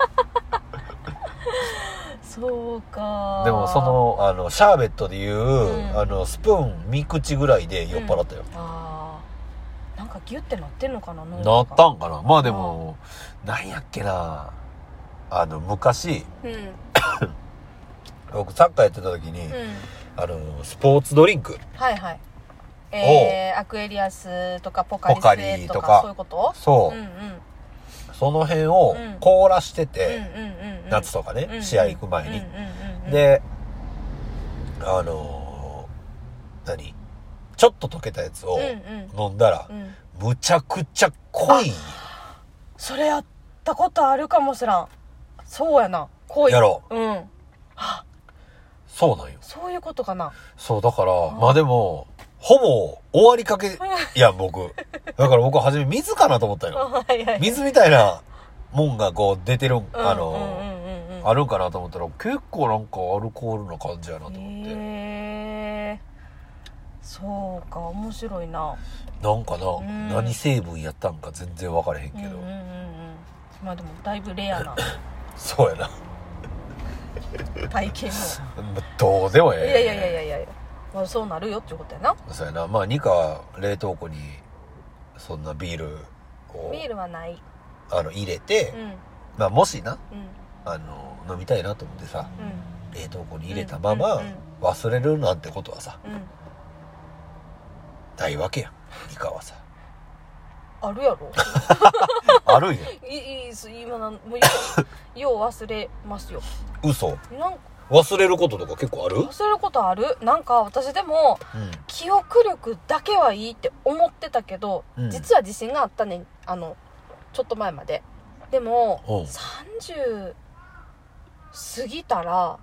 そうか。 でもそのあのシャーベットでいう、うん、あのスプーン三口ぐらいで酔っ払ったよ、 うん、ああなんかギュッてなってんのかな。 なったんかな。まあでもなんやっけなあの昔、うん、僕サッカーやってた時に、うん、あのスポーツドリンクはいはいえー、アクエリアスとかポカリスエットとかそういうこと。 そう、うんうん、その辺を凍らしてて、うん、夏とかね、うん、試合行く前に、うん、であのー、何ちょっと溶けたやつを飲んだら、うんうん、むちゃくちゃ濃い。 それやったことあるかもしらん。そうやな濃いやろう、うん、 そうなんよ。 そういうことかな。 そうだからまあでもほぼ終わりかけいや僕だから僕は初め水かなと思ったよはいはい、水みたいなもんがこう出てる、あの、うんうん、あるんかなと思ったら結構なんかアルコールな感じやなと思って。 へーそうか面白いな。 なんかな、うん、何成分やったんか全然分からへんけど、うんうんうんうん、 まあでもだいぶレアなそうやな体験もどうでもええ。 いやいやいやいやいやまあ、そうなるよっていうことやな。 そうやな。まあニカは冷凍庫にそんなビールをビールはないあの入れて、うん、まあもしな、うん、あの飲みたいなと思ってさ、うん、冷凍庫に入れたまま忘れるなんてことはさ、うん、ないわけやん。ニカはさあるやろあるんや。 いいい今なんもうよう忘れますよ。 嘘。なんか忘れることとか結構ある？ 忘れることある。なんか私でも、うん、記憶力だけはいいって思ってたけど、うん、実は自信があったね。あのちょっと前まで。でもさんじゅう過ぎたら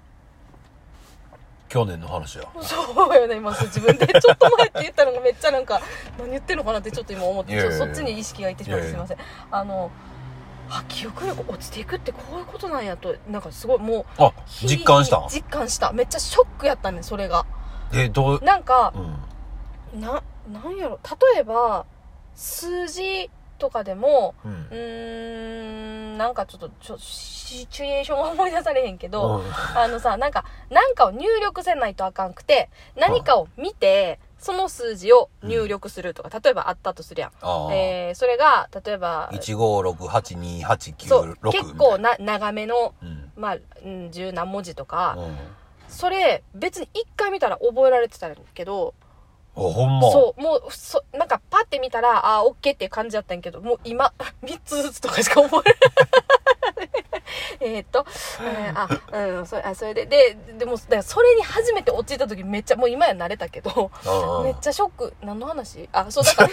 去年の話や。 そうよね。今自分でちょっと前って言ったのがめっちゃなんか何言ってんのかなってちょっと今思って、ちょっとそっちに意識がいってしまってすいません。あのあ記憶力落ちていくってこういうことなんやとなんかすごいもうあ実感した実感した。めっちゃショックやったねそれが。 えどうなんか、うん、ななんやろ例えば数字とかでも、うん、うーんなんかちょっとちょシチュエーションは思い出されへんけど、うん、あのさなんか何かを入力せないとあかんくて何かを見て、うんその数字を入力するとか、うん、例えばあったとするやん。えー、それが例えばいちごろくはちにはちきゅうろく結構な長めの、うん、まあ、うん、十何文字とか、うん、それ別に一回見たら覚えられてたけどほんまそうもうそなんかパッて見たらあーオッケーっていう感じだったんやけどもう今みっつずつとかしか覚えられないえっと、えー、あ、うん、それ、あ、それで、で、でも、だからそれに初めて落ちた時めっちゃ、もう今や慣れたけど、めっちゃショック。何の話？あ、そうだから、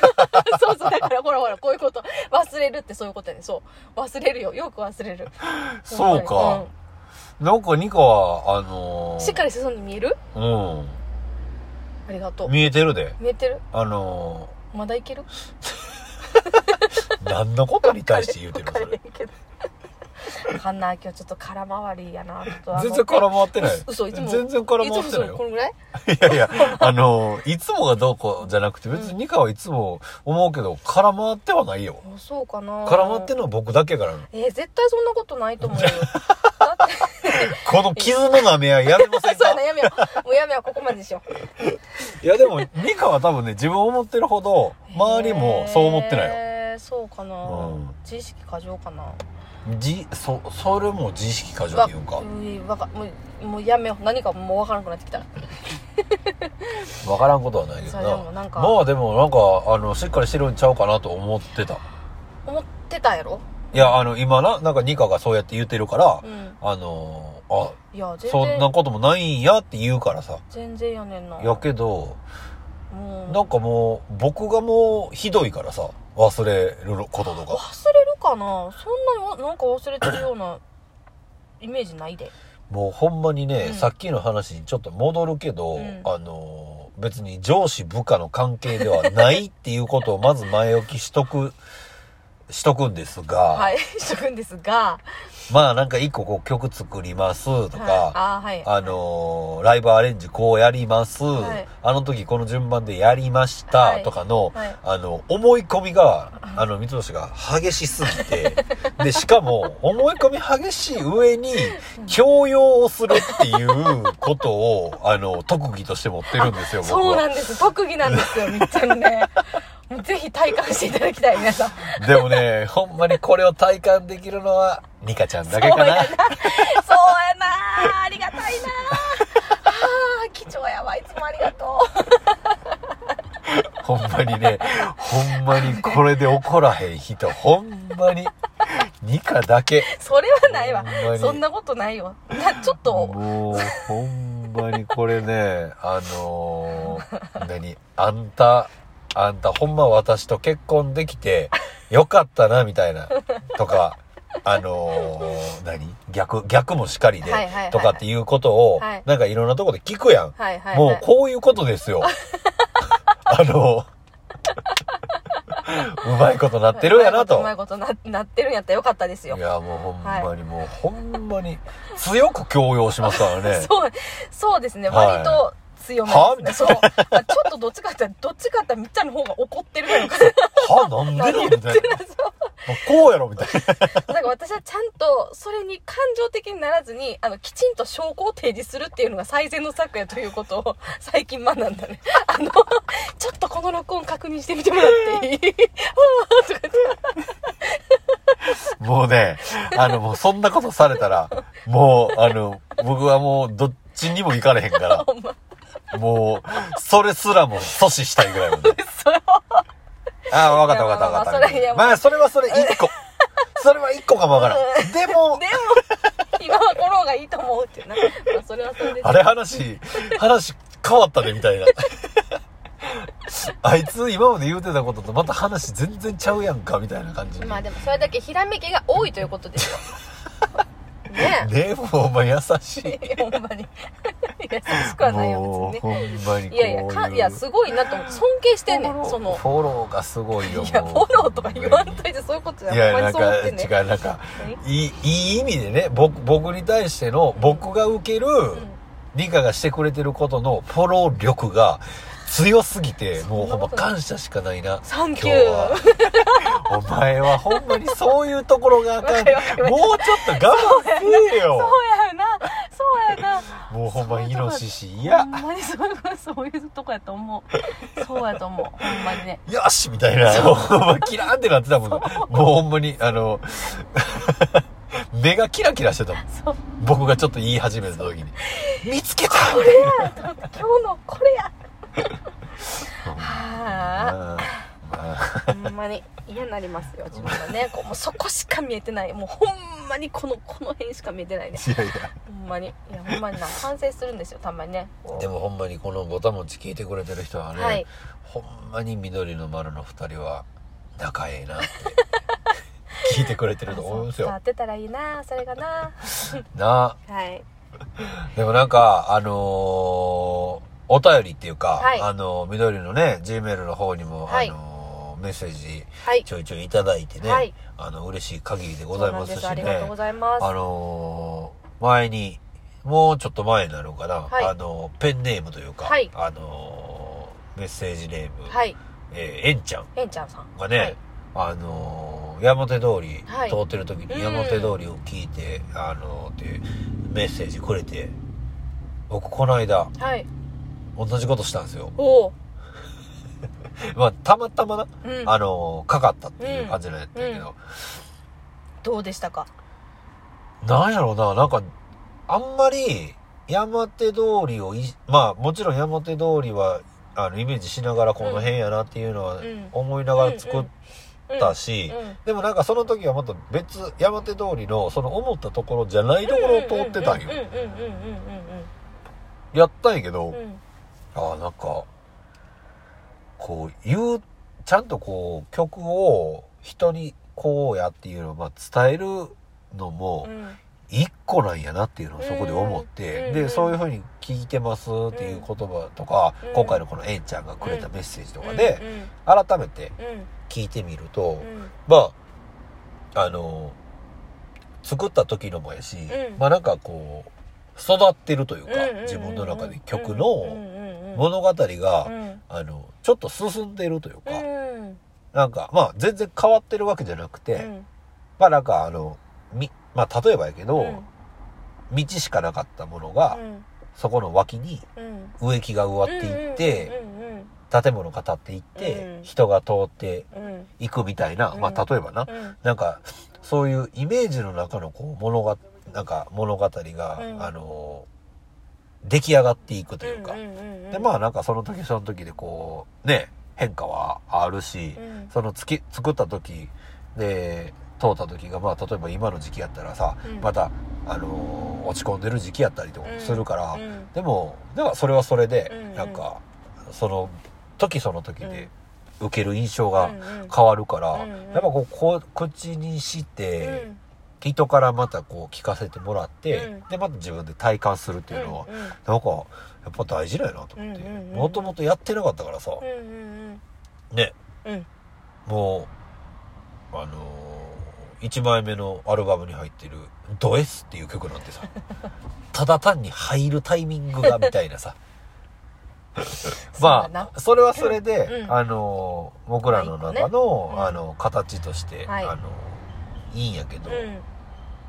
そうそう、だからほらほら、こういうこと、忘れるってそういうことやね。そう。忘れるよ。よく忘れる。 そうか。うん、なんかニカは、あのー、 しっかり進んで見える？ うん。ありがとう。 見えてるで。 見えてる？ あのー、まだいける？ 何のことに対して言うてるのそれ。 かんな今日ちょっと空回りやなと全然空回ってない。 嘘いつも全然空回ってないよ。 このぐらい？ いやいやあのいつもがどうこうじゃなくて別にニカはいつも思うけど空回ってはないよ。 そうかな。 空回ってるのは僕だけからの。 えー、絶対そんなことないと思うよ。だってこの傷の舐め合いやめませんか？ そうやなやめよう。もうやめようここまでにしよう。いやでもニカは多分ね自分思ってるほど周りもそう思ってないよ。 えー、そうかな、うん。自意識過剰かな。 じそそれも自意識過剰って言うんか。 うわかもうもうやめよう。何かもう分からなくなってきたら分からんことはないけどな。でもなんかまあでもなんかあのしっかりしてるんちゃうかなと思ってた。 思ってたやろ。 いやあの今ななんかニカがそうやって言ってるから、うん、あのあいや全然そんなこともないんやって言うからさ。 全然やねんな。 やけどもうなんかもう僕がもうひどいからさ。忘れることとか忘れるかな。そんななんか忘れてるようなイメージないで。 もうほんまにね、うん、さっきの話にちょっと戻るけど、うん、あの別に上司部下の関係ではないっていうことをまず前置きしとくしとくんですが、 はいしとくんですが、 まあなんか一個こう曲作りますとか、 はい、あ、はい、 あのー、ライブアレンジこうやります、はい、あの時この順番でやりましたとかの、はいはい、あの思い込みがあの三つ星が激しすぎてでしかも思い込み激しい上に強要をするっていうことをあの特技として持ってるんですよ。僕はそうなんです、特技なんですよみっちゃんね。もうぜひ体感していただきたい皆さん。 でもね、ほんまにこれを体感できるのはニカちゃんだけかな。そうやな、 そうやな、ありがたいな。あ、貴重やわ、いつもありがとう。ほんまにね、ほんまにこれで怒らへん人、ほんまにニカだけ。 それはないわ。そんなことないよ。ちょっと。 もうほんまにこれね、あのー、何あんた。あんたほんま私と結婚できてよかったなみたいなとかあのー、何逆逆もしかりで、はいはいはいはい、とかっていうことを、はい、なんかいろんなとこで聞くやん、はいはいはい、もうこういうことですよ。あのうまいことなってるやなと。 うまいこと な, なってるんやったらよかったですよ。 いやもうほんまに、はい、もうほんまに強く強要しますからね。 そうそうですね、割と、はい強めですね。そう。まあ、ちょっとどっちかってどっちかってみっちゃんの方が怒ってるから。 はなんでなんみたいな。こうやろみたいな。 だから私はちゃんとそれに感情的にならずに、あのきちんと証拠を提示するっていうのが最善の策やということを最近学んだね。あのちょっとこの録音確認してみてもらっていい？とかってもうね、あのもうそんなことされたらもうあの僕はもうどっちにも行かれへんから。もう、それすらも阻止したいぐらいもんね。ああ、わかったわかったわかった。まあ、それはそれ一個。それは一個かもわからん。でも、でも、 今はこの方がいいと思うっていうな。まあ、それはそれです。 あれ話、話変わったね、みたいな。あいつ今まで言うてたこととまた話全然ちゃうやんか、みたいな感じ。 まあでもそれだけひらめきが多いということですよ。ねえ。でも、お前優しい。 ほんまに。優しくはないよ、別にね。ほんまにこういう。 いやいや、かいや、すごいなと思って、尊敬してんねん、その。 フォローがすごいよ。 いや、フォローとか言わんといて、そういうことじゃない。いや、なんか、違う、なんか、いい、いい意味でね、僕、僕に対しての、僕が受ける、理科がしてくれてることのフォロー力が、強すぎてもうほんま感謝しかないな。 サンキュー。 お前はほんまにそういうところがあかん。もうちょっと我慢せえよ。 そうやな、そうやな。 もうほんまイノシシいや。 ほんまにそうそういうとこやと思う。そうやと思う。ほんまにね。 よしみたいな。ほんまキラーンってなってたもん。もうほんまにあの目がキラキラしてたもん。僕がちょっと言い始めた時に見つけた。 これや。今日のこれや。はあ、ほんまに嫌になりますよ自分がね。こうもうそこしか見えてない、もうほんまにこのこの辺しか見えてないね。 いやいやほんまに、いやほんまにな反省するんですよたまにね。 でもほんまにこのぼたもち聞いてくれてる人はね、はい、ほんまに緑の丸のふたりは仲ええなって聞いてくれてると思うんですよ。 伝わってたらいいなそれがななはい。 でもなんかあのーお便りっていうか、はい、あの緑のね G メールの方にも、はい、あのメッセージちょいちょいいただいてね、はい、あの嬉しい限りでございますしね。 ありがとうございます。 あの前にもうちょっと前になるかな、はい、あのペンネームというか、はい、あのメッセージネーム、はい、えー、えんちゃんえんちゃんさんがね、はい、あの山手通り通ってる時に山手通りを聞いて、あのってメッセージくれて、僕この間、はい、同じことしたんですよ。おまあたまたまな、うん、あのかかったっていう感じなんやったけど、うんうん、 どうでしたか？ なんやろうな、なんかあんまり山手通りをいまあもちろん山手通りはあのイメージしながらこの辺やなっていうのは思いながら作ったし、でもなんかその時はまた別山手通りのその思ったところじゃないところを通ってたんよ。やったんやけど、うん、ああなんかこう言うちゃんとこう曲を人にこうやっていうのをまあ伝えるのも一個なんやなっていうのをそこで思って、うん、でそういう風に聞いてますっていう言葉とか、うん、今回のこのえんちゃんがくれたメッセージとかで改めて聞いてみると、うん、まああの作った時のもやし、 うん、 まあなんかこう育ってるというか、うんうんうんうん、自分の中で曲の物語が、うん、あのちょっと進んでるというか、うん、なんかまあ全然変わってるわけじゃなくて、うん、まあなんかあのみまあ例えばやけど、うん、道しかなかったものが、うん、そこの脇に植木が植わっていって、建物が建っていって、うん、人が通っていくみたいな、うん、まあ例えばな、うん、なんかそういうイメージの中のこう物がなんか物語が、うん、あの出来上がっていくというか、うんうんうんうん、でまあなんかその時その時でこうね変化はあるし、うん、そのつき作った時で通った時がまあ例えば今の時期やったらさ、うん、またあのー、落ち込んでる時期やったりとかするから、うんうん、でもでもそれはそれで、うんうん、なんかその時その時で受ける印象が変わるから、うんうん、やっぱこうこう口にして、うん、人からまたこう聞かせてもらって、うん、でまた自分で体感するっていうのは、うんうん、なんかやっぱ大事だよなと思って、もともとやってなかったからさ、うんうんうん、ね、うん、もうあのー、いちまいめのアルバムに入ってるド S っていう曲なんてさただ単に入るタイミングがみたいなさまあそれはそれで、うん、あの僕らの中の、ね、あの形として、はい、あのいいんやけど、うん、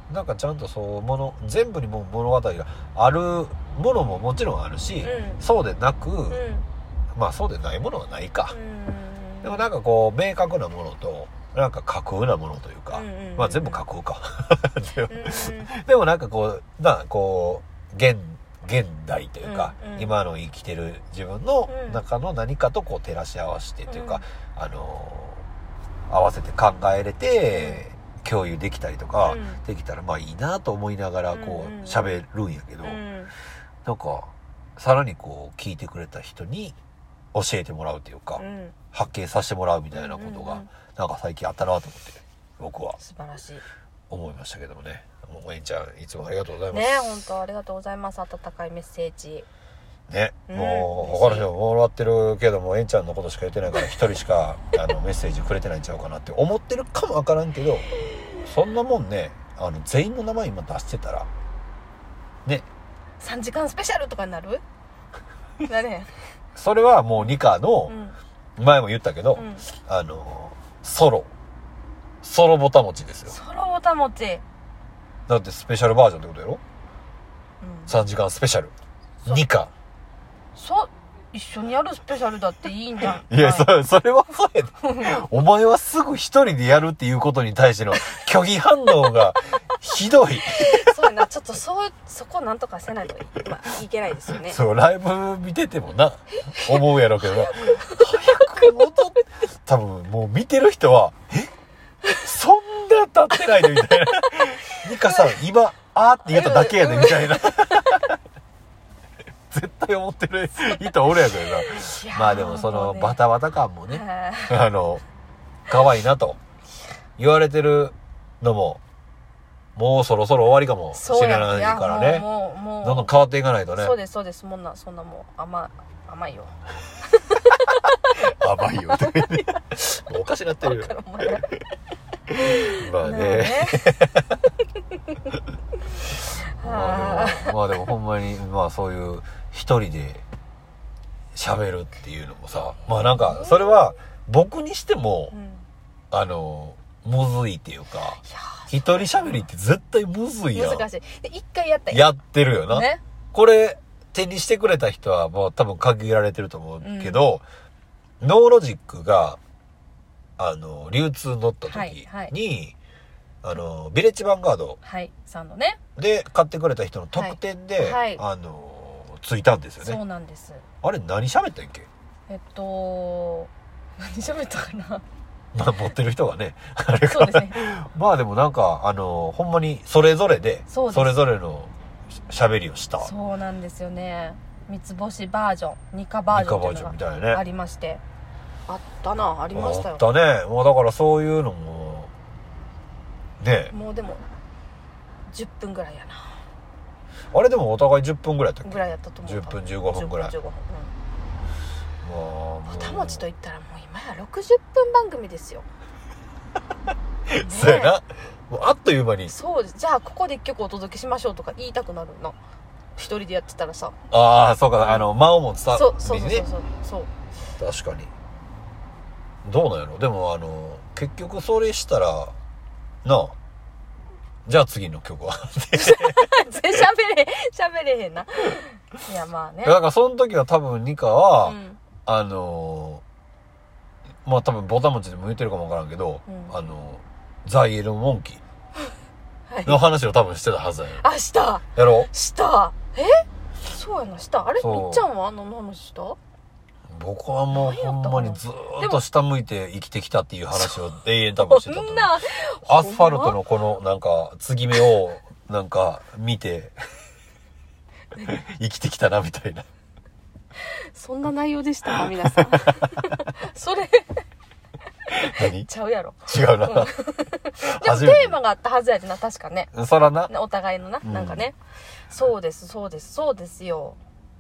なんかちゃんとそうもの全部にも物語があるものももちろんあるし、うん、そうでなく、うん、まあそうでないものはないか、うん、でもなんかこう明確なものとなんか架空なものというか、うんうんうん、まあ全部架空かでも、うん、でもなんかこうなこう現現代というか、うんうん、今の生きてる自分の中の何かとこう照らし合わせてというか、うん、あのー、合わせて考えれて、うん、共有できたりとか、うん、できたらまあいいなと思いながらこう喋るんやけど、うん、なんかさらにこう聞いてくれた人に教えてもらうというか、うん、発見させてもらうみたいなことがなんか最近あったなと思って僕は素晴らしい思いましたけどもね。もうえんちゃんいつもありがとうございますね。本当ありがとうございます。温かいメッセージね、うん、もう他の人ももらってるけどもえんちゃんのことしか言ってないから一人しかあのメッセージくれてないんちゃうかなって思ってるかもわからんけどそんなもんねあの全員の名前今出してたらねさんじかんスペシャルとかになるだねそれはもうニカの、うん、前も言ったけど、うん、あのソロソロボタ持ちですよ。 ソロボタ持ちだってスペシャルバージョンってことやろ、うん、さんじかんスペシャルにかそ一緒にやるスペシャルだっていいんじゃんいや、そ, それはそうやでお前はすぐ一人でやるっていうことに対しての虚偽反応がひどいそうやなちょっとそうそこなんとかせないと い,、まあ、いけないですよね。 そうライブ見ててもな思うやろうけどな早く戻って多分もう見てる人はえそんな経ってないでみたいなニカさん今あーって言っただけやでみたいな絶対思ってる人おるやけどな。まあでもそのバタバタ感もねあの可愛いなと言われてるのももうそろそろ終わりかもしれないからね。もうもうもうどんどん変わっていかないとね。 そうですそうです。そんなそんなもう甘甘いよ甘いよもうおかしなってるよまあねまあでも、まあでもほんまにまあそういう一人で喋るっていうのもさまあなんかそれは僕にしても、うん、あのむずいっていうか一人喋りって絶対むずいやん。 難しい。で一回やったやってるよな、ね、これ手にしてくれた人はもう多分限られてると思うけど、うん、ノーロジックがあの流通乗った時に、はいはい、あのビレッジヴァンガードさんのねで買ってくれた人の特典で、はいはい、あのついたんですよね。 そうなんです。 あれ何喋ったんっけ？ えっと何喋ったかなまあ持ってる人がねあれかそうですねまあでもなんかあのほんまにそれぞれでそれぞれの喋りをした。 そうなんですよね。三つ星バージョンニカバージョンっていうのがありまして、あったなありましたよ。 あったね。もうだからそういうのもねもうでもじゅっぷんぐらいやな。 あれでもお互いじゅっぷんぐらいやったっけ？ ぐらいやったと思う。 じゅっぷんじゅうごふんぐらい。 じゅっぷんじゅうごふん、うん、まあぼたもちといったらもう今やろくじゅっぷん番組ですよそうやな。もうあっという間に。 そう、じゃあここで一曲お届けしましょうとか言いたくなるな。一人でやってたらさ。 ああ、そうか、あの、間を持つためにね。 そうそうそうそうそう。確かに。どうなんやろ。でもあの、結局それしたら、なあ、じゃあ次の曲は。 全然喋れ、喋れへんな。いや、まあね。 だからその時は多分ニカは、 うん、ああのー、まあ多分ボタン持ちでも言ってるかもわからんけど、うん、あの、ザ・イエロー・モンキーの話を多分してたはずやよ。 あ、した。 やろした。えそうやな、した。あれみっちゃんは何の話した？ 僕はもうほんまにずーっと下向いて生きてきたっていう話を永遠多分してたと思う。アスファルトのこのなんか継ぎ目をなんか見て生きてきたなみたいな。 そんな内容でしたか皆さん。それ何ちゃうやろ。 違うな。でもテーマがあったはずやでな、確かね。 そらな。 お互いのな、うん、なんかね。そうです、そうです、そうですよ。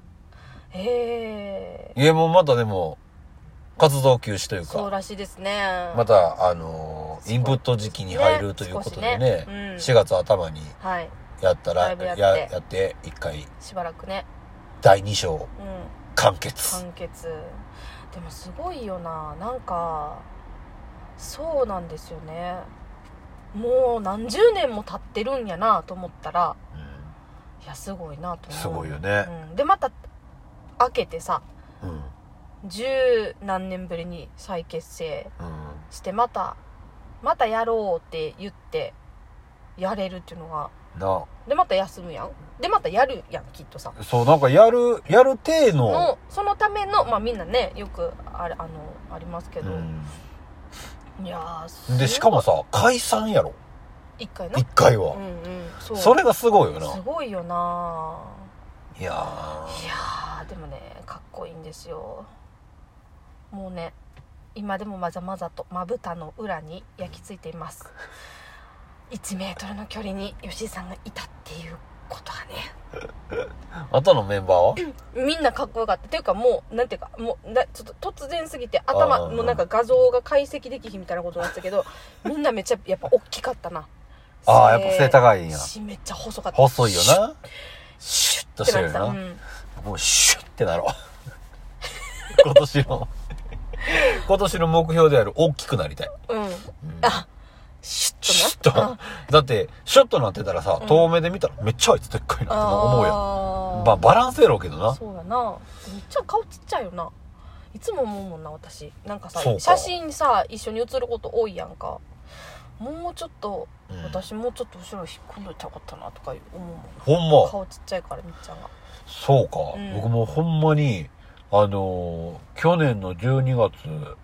へえ。 いや、もうまたでも活動休止というか。 そうらしいですね。 またあのー、インプット時期に入るということでね。ねうん、しがつ頭にやったら、はい、や, や, やっていっかいしばらくね。 だいに章、うん、完結。 完結。でもすごいよな。なんかそうなんですよね。もう何十年も経ってるんやなと思ったら、うん、いやすごいなと思う。 すごいよね。 うん、でまた開けてさ、 うん、 十何年ぶりに再結成してまたまたやろうって言ってやれるっていうのがな。 でまた休むやん。でまたやるやんきっとさ。 そうなんかやるやる体ののそのためのまあみんなねよくあれあのありますけど。うん、いやーでしかもさ解散やろ一回な一回は、 うんうん、そう。 それがすごいよな。 すごいよな。 いやーいやーでもねかっこいいんですよ。もうね今でもまざまざとまぶたの裏に焼き付いています。いちメートルの距離に吉井さんがいたっていうことがね。 あとのメンバーはみんなかっこよかった。っていうかもうなんていうかもうなちょっと突然すぎて頭もうなんか画像が解析できひんみたいなことになってたけどみんなめっちゃやっぱ大きかったな。 ああやっぱ背高いんや。 めっちゃ細かった。 細いよな。シュッとしてるよな、うん、もうシュッってなろう。今年の今年の目標である大きくなりたい。 うん、うん、あシュッとな。 シュッとだってシュッとなってたらさ、うん、遠目で見たらめっちゃあいつでっかいなって思うやん。まあバランスやろうけどな。 そうやな。めっちゃ顔ちっちゃいよな。いつも思うもんな私。なんかさ写真さ一緒に写ること多いやんか。もうちょっと、うん、私もうちょっと後ろ引っ込んどいたらよかったなとか思うもん。 ほんま。 顔ちっちゃいからみっちゃんが。 そうか、うん、僕もほんまにあのー、去年のじゅうにがつ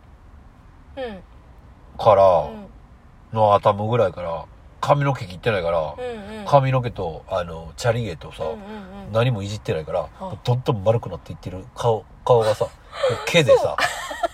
からの頭ぐらいから髪の毛切ってないから、うんうん、髪の毛とあのチャリ毛とさ、うんうんうん、何もいじってないから、うん、どんどん丸くなっていってる顔顔がさ毛でさ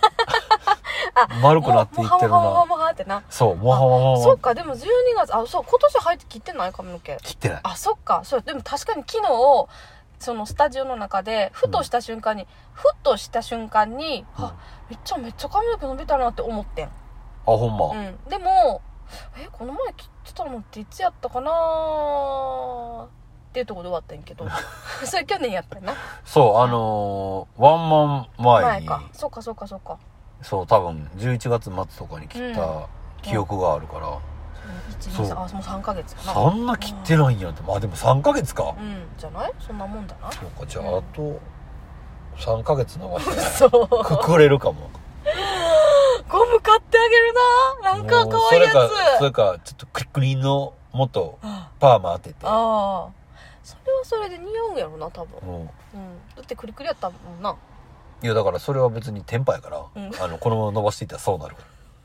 丸くなっていってるな。 もはもはってな。 そう、もはもは。 そっか、でもじゅうにがつ、あ、そう、今年入って切ってない髪の毛。 切ってない。 あ、そっか。そう、でも確かに昨日、そのスタジオの中で、ふとした瞬間に、うん、ふとした瞬間に、うん、あ、めっちゃめっちゃ髪の毛伸びたなって思ってん。あ、 ほんま。 うん。でも、え、この前切ってたのっていつやったかなーっていうところで終わったんやけど。それ去年やったよな。そう、 あのー、ワンマン前に。 前か。そうかそうかそうか。 そう多分じゅういちがつ末とかに切った記憶があるから、うん、 そうあもうさんかげつかな。 そんな切ってないんやって、うん、まあでもさんかげつか、 うん、じゃないそんなもんだな。 そうかじゃあ、うん、あとさんかげつ伸ばしてくくれるかも。 ゴム買ってあげるな。なんか可愛いやつ。 それかそれかちょっとクリクリのもっとパーマ当てて。 ああそれはそれで似合うやろな多分、うんうん、だってクリクリやったもんな。 いやだからそれは別にテンパやから、うん、あのこのまま伸ばしていったらそうなるから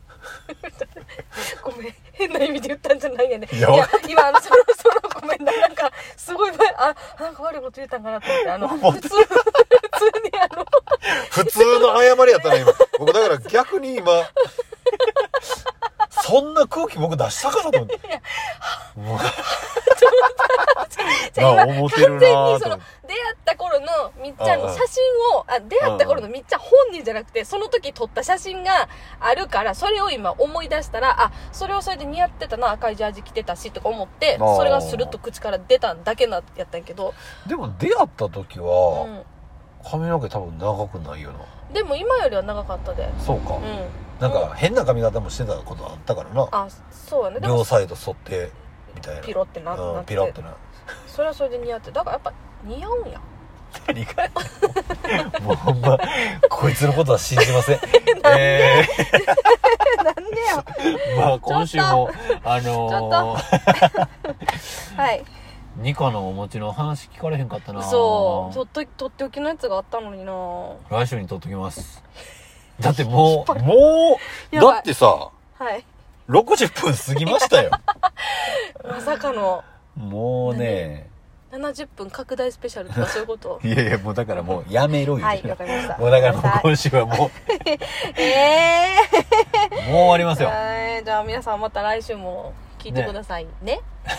ごめん変な意味で言ったんじゃないやね。いや今あのそろそろごめんななんかすごいあなんか悪いこと言ったんかなと思ってあの普通普通にあの普通の謝りやったな今僕だから逆に今そんな空気僕出したかなと思っていやもうじゃあ今完全にその出会った頃のみっちゃんの写真を、あ、出会った頃のみっちゃん本人じゃなくて、その時撮った写真があるから、それを今思い出したら、あ、それをそれで似合ってたな、赤いジャージ着てたしとか思って、それがスルッと口から出ただけなやったんやけど。 でも出会った時は、うん、髪の毛多分長くないよな。 でも今よりは長かったで。 そうか。うん。なんか変な髪型もしてたことあったからな。 あ、そうやね。 両サイド沿ってみたいな。 ピロってなって、 うん、ピロってな。 それはそれで似合って、だからやっぱ似合うんや。 何かもうほんまこいつのことは信じません。 なんで、えー、なんでよ。 まあ今週もあのー、 はいニカのお餅の話聞かれへんかったな。 そうとっとっておきのやつがあったのにな。 来週にとっときます。だってもうもうだってさ、 はい、 ろくじゅっぷん過ぎましたよ。 まさかのもうねななじゅっぷん拡大スペシャルとかそういうこと。 いやいやもうだからもうやめろよ。 はいわかりました。 もうだからもう今週はもうえー、もう終わりますよ。 じゃあ皆さんまた来週も聞いてくださいね。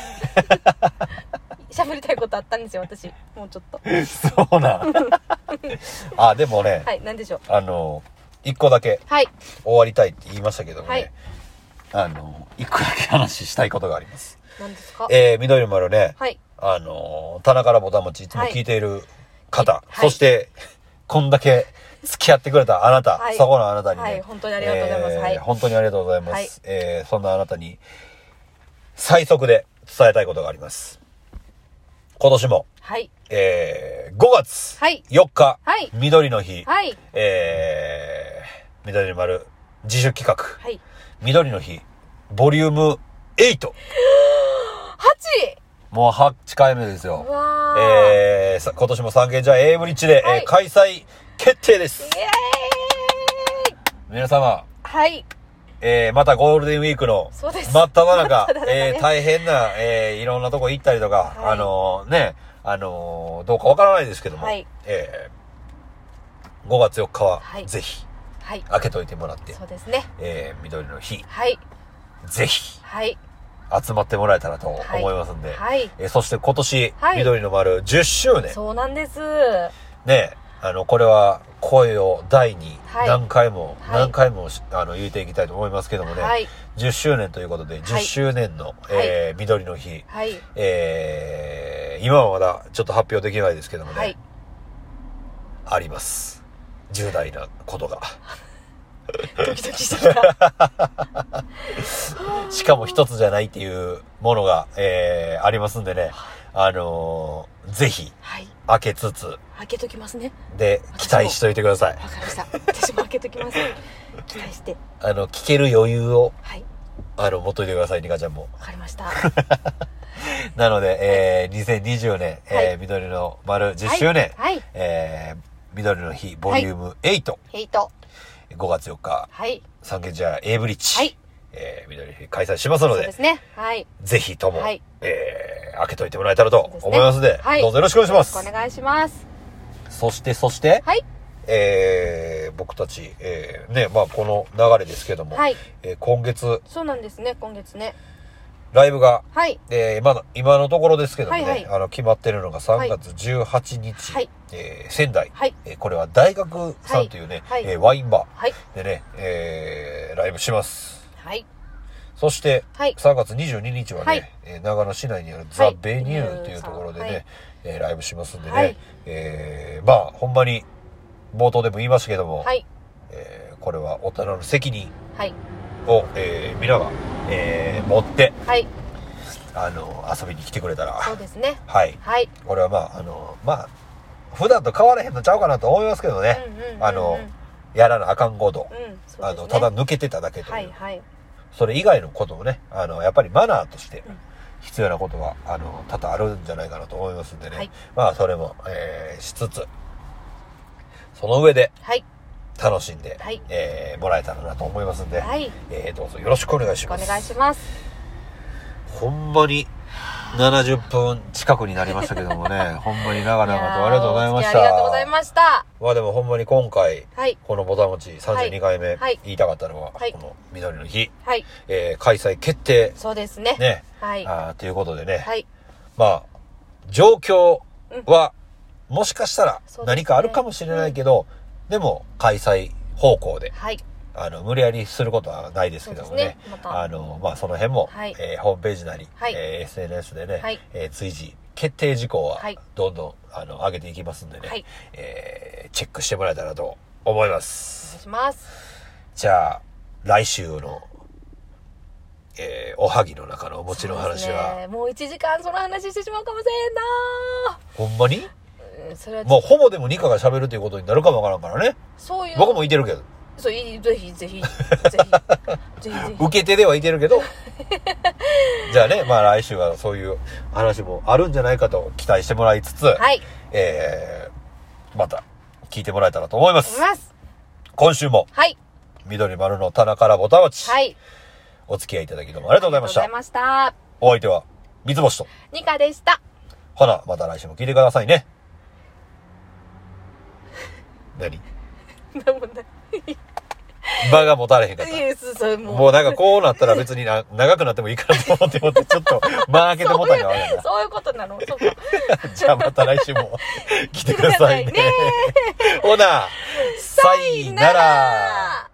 喋りたいことあったんですよ私もうちょっと。 そうなんあでもね、 はい何でしょう、 あの一個だけ終わりたいって言いましたけどもね、はい、あの一個だけ話したいことがあります。 何ですか？ えー、緑丸ね、 はい、 あの棚からぼたもちいつも聞いている方、はい、そして、はい、こんだけ付き合ってくれたあなた、はい、そこのあなたにね、はい、 本当にありがとうございます、えーはい、 本当にありがとうございます、はい、えー、そんなあなたに最速で伝えたいことがあります。今年も、 はい、 えー、ごがつよっか、 はい、 緑の日、 はい、 えー、緑丸自主企画、 はい、 緑の日ボリュームはち。はち! もうはちかいめですよ。 わえー、今年も三軒茶屋 A ブリッジで、はい、えー、開催決定です。イエーイ皆様、 はい、 えー、またゴールデンウィークの真っ只中、ねえー、大変な、えー、いろんなとこ行ったりとか、はい、あのー、ね、あのー、どうかわからないですけども、はい、えー、ごがつよっかは、はい、ぜひ、はい、開けといてもらって、 そうですね、 えー、緑の日、 はい、 ぜひ、 はい、 集まってもらえたらと思いますんで、 はい、 えー、そして今年、はい、緑の丸じゅっしゅうねん。 そうなんです。 ね、あの、これは声を大に何回も、はい、何回も、あの、言うていきたいと思いますけどもね、はい、じゅっしゅうねんということで、じゅっしゅうねんの、はい、えー、緑の日、はい、えー、今はまだちょっと発表できないですけどもね、はい、あります。重大なことが。 ドキドキしてきた。 しかも一つじゃないっていうものが、えー、ありますんでね、あのー、ぜひ、はい、開けつつ、 開けときますね。 で、期待しといてください。 わかりました。私も開けときます。期待して。 あの、聞ける余裕を、はい、あの、持っといてください、ニカちゃんも。 わかりました。 なので、えー、にせんにじゅうねん、はい、えー、緑の丸じゅっしゅうねん、はいはい、えー、緑の日、ボリュームはち。はち。 ごがつよっか、 はい、 三軒茶屋 A ブリッジ、 はい、 えー、緑の日開催しますので、 そうですね、はい、 ぜひとも、はい、えー、開けといてもらえたらと思いますので、はい、どうぞよろしくお願いします。 よろしくお願いします。 そして、そして、 はい、 えー、僕たち、えー、ね、まあこの流れですけども、はい、えー、今月、 そうなんですね、今月ね、 ライブが、 はい、 えー、今の、今のところですけどもね、はいはい、あの、決まってるのがさんがつじゅうはちにち、はい、えー、仙台、はい、えー、これは大学さんというね、はいはい、えー、ワインバーでね、はい、えー、ライブします。はい。そして、はい、さんがつにじゅうににちはね、はい、えー、長野市内にあるザ・ベニューというところでね、はい、えー、ライブしますんでね、はい、えー、まあ、ほんまに、冒頭でも言いましたけども、はい、えー、これは大人の責任を、はい、えー、皆が、えー、持って、はい、あの遊びに来てくれたら、 そうですね、 はい、はい、これはまああのまあ普段と変わらへんのちゃうかなと思いますけどね、うんうんうんうん、あのやらなあかんこと、うんね、あのただ抜けてただけという、はいはい、それ以外のこともね、あのやっぱりマナーとして必要なことはあの多々あるんじゃないかなと思いますんでね、はい、まあそれも、えー、しつつその上で、はい、楽しんで、はい、えー、もらえたらなと思いますんで、はい、えー、どうぞよろしくお願いします。 お願いします。 ほんまにななじゅっぷん近くになりましたけどもね、ほんまに長々とありがとうございました。 ありがとうございました。 まあでもほんまに今回、はい、このぼたもちさんじゅうにかいめ、はい、言いたかったのは、はい、この緑の日、はい、えー、開催決定。 そうですね。 ね。はい。あということでね、はい、まあ、状況はもしかしたら何かあるかもしれないけど、で, ねうん、でも開催方向で、はい、あの無理やりすることはないですけどもね、ねまたあのまあ、その辺も、はいえー、ホームページなり、はいえー、エスエヌエス でね、はいえー、随時決定事項はどんどん、はい、あの上げていきますんでね、はいえー、チェックしてもらえたらと思います。 お願いします。 じゃあ来週のえー、おはぎの中のお餅の話は、 ね、もういちじかんその話してしまうかもしれんな。 ほんまに、 うん、それはもうほぼでもニカが喋るということになるかもわからんからね。 そういう僕もいてるけど、 そうぜひぜひぜひぜひぜひ受け手ではいてるけどじゃあねまあ来週はそういう話もあるんじゃないかと期待してもらいつつ、はいえー、また聞いてもらえたらと思います。 思います。 今週も、はい、緑丸の棚からぼたもち、はいお付き合いいただきどうもありがとうございました。ありがとうございました。お相手は三つ星とニカでした。 ほなまた来週も聞いてくださいね。何？ なんもない。 場が持たれへんかった。 イエスそれもう。 もうなんかこうなったら別にな長くなってもいいかなと思って思ってちょっと間開けてもたんがわかんない。 そういうことなの。そうか。 じゃあまた来週も来てくださいね。ほなさいなら。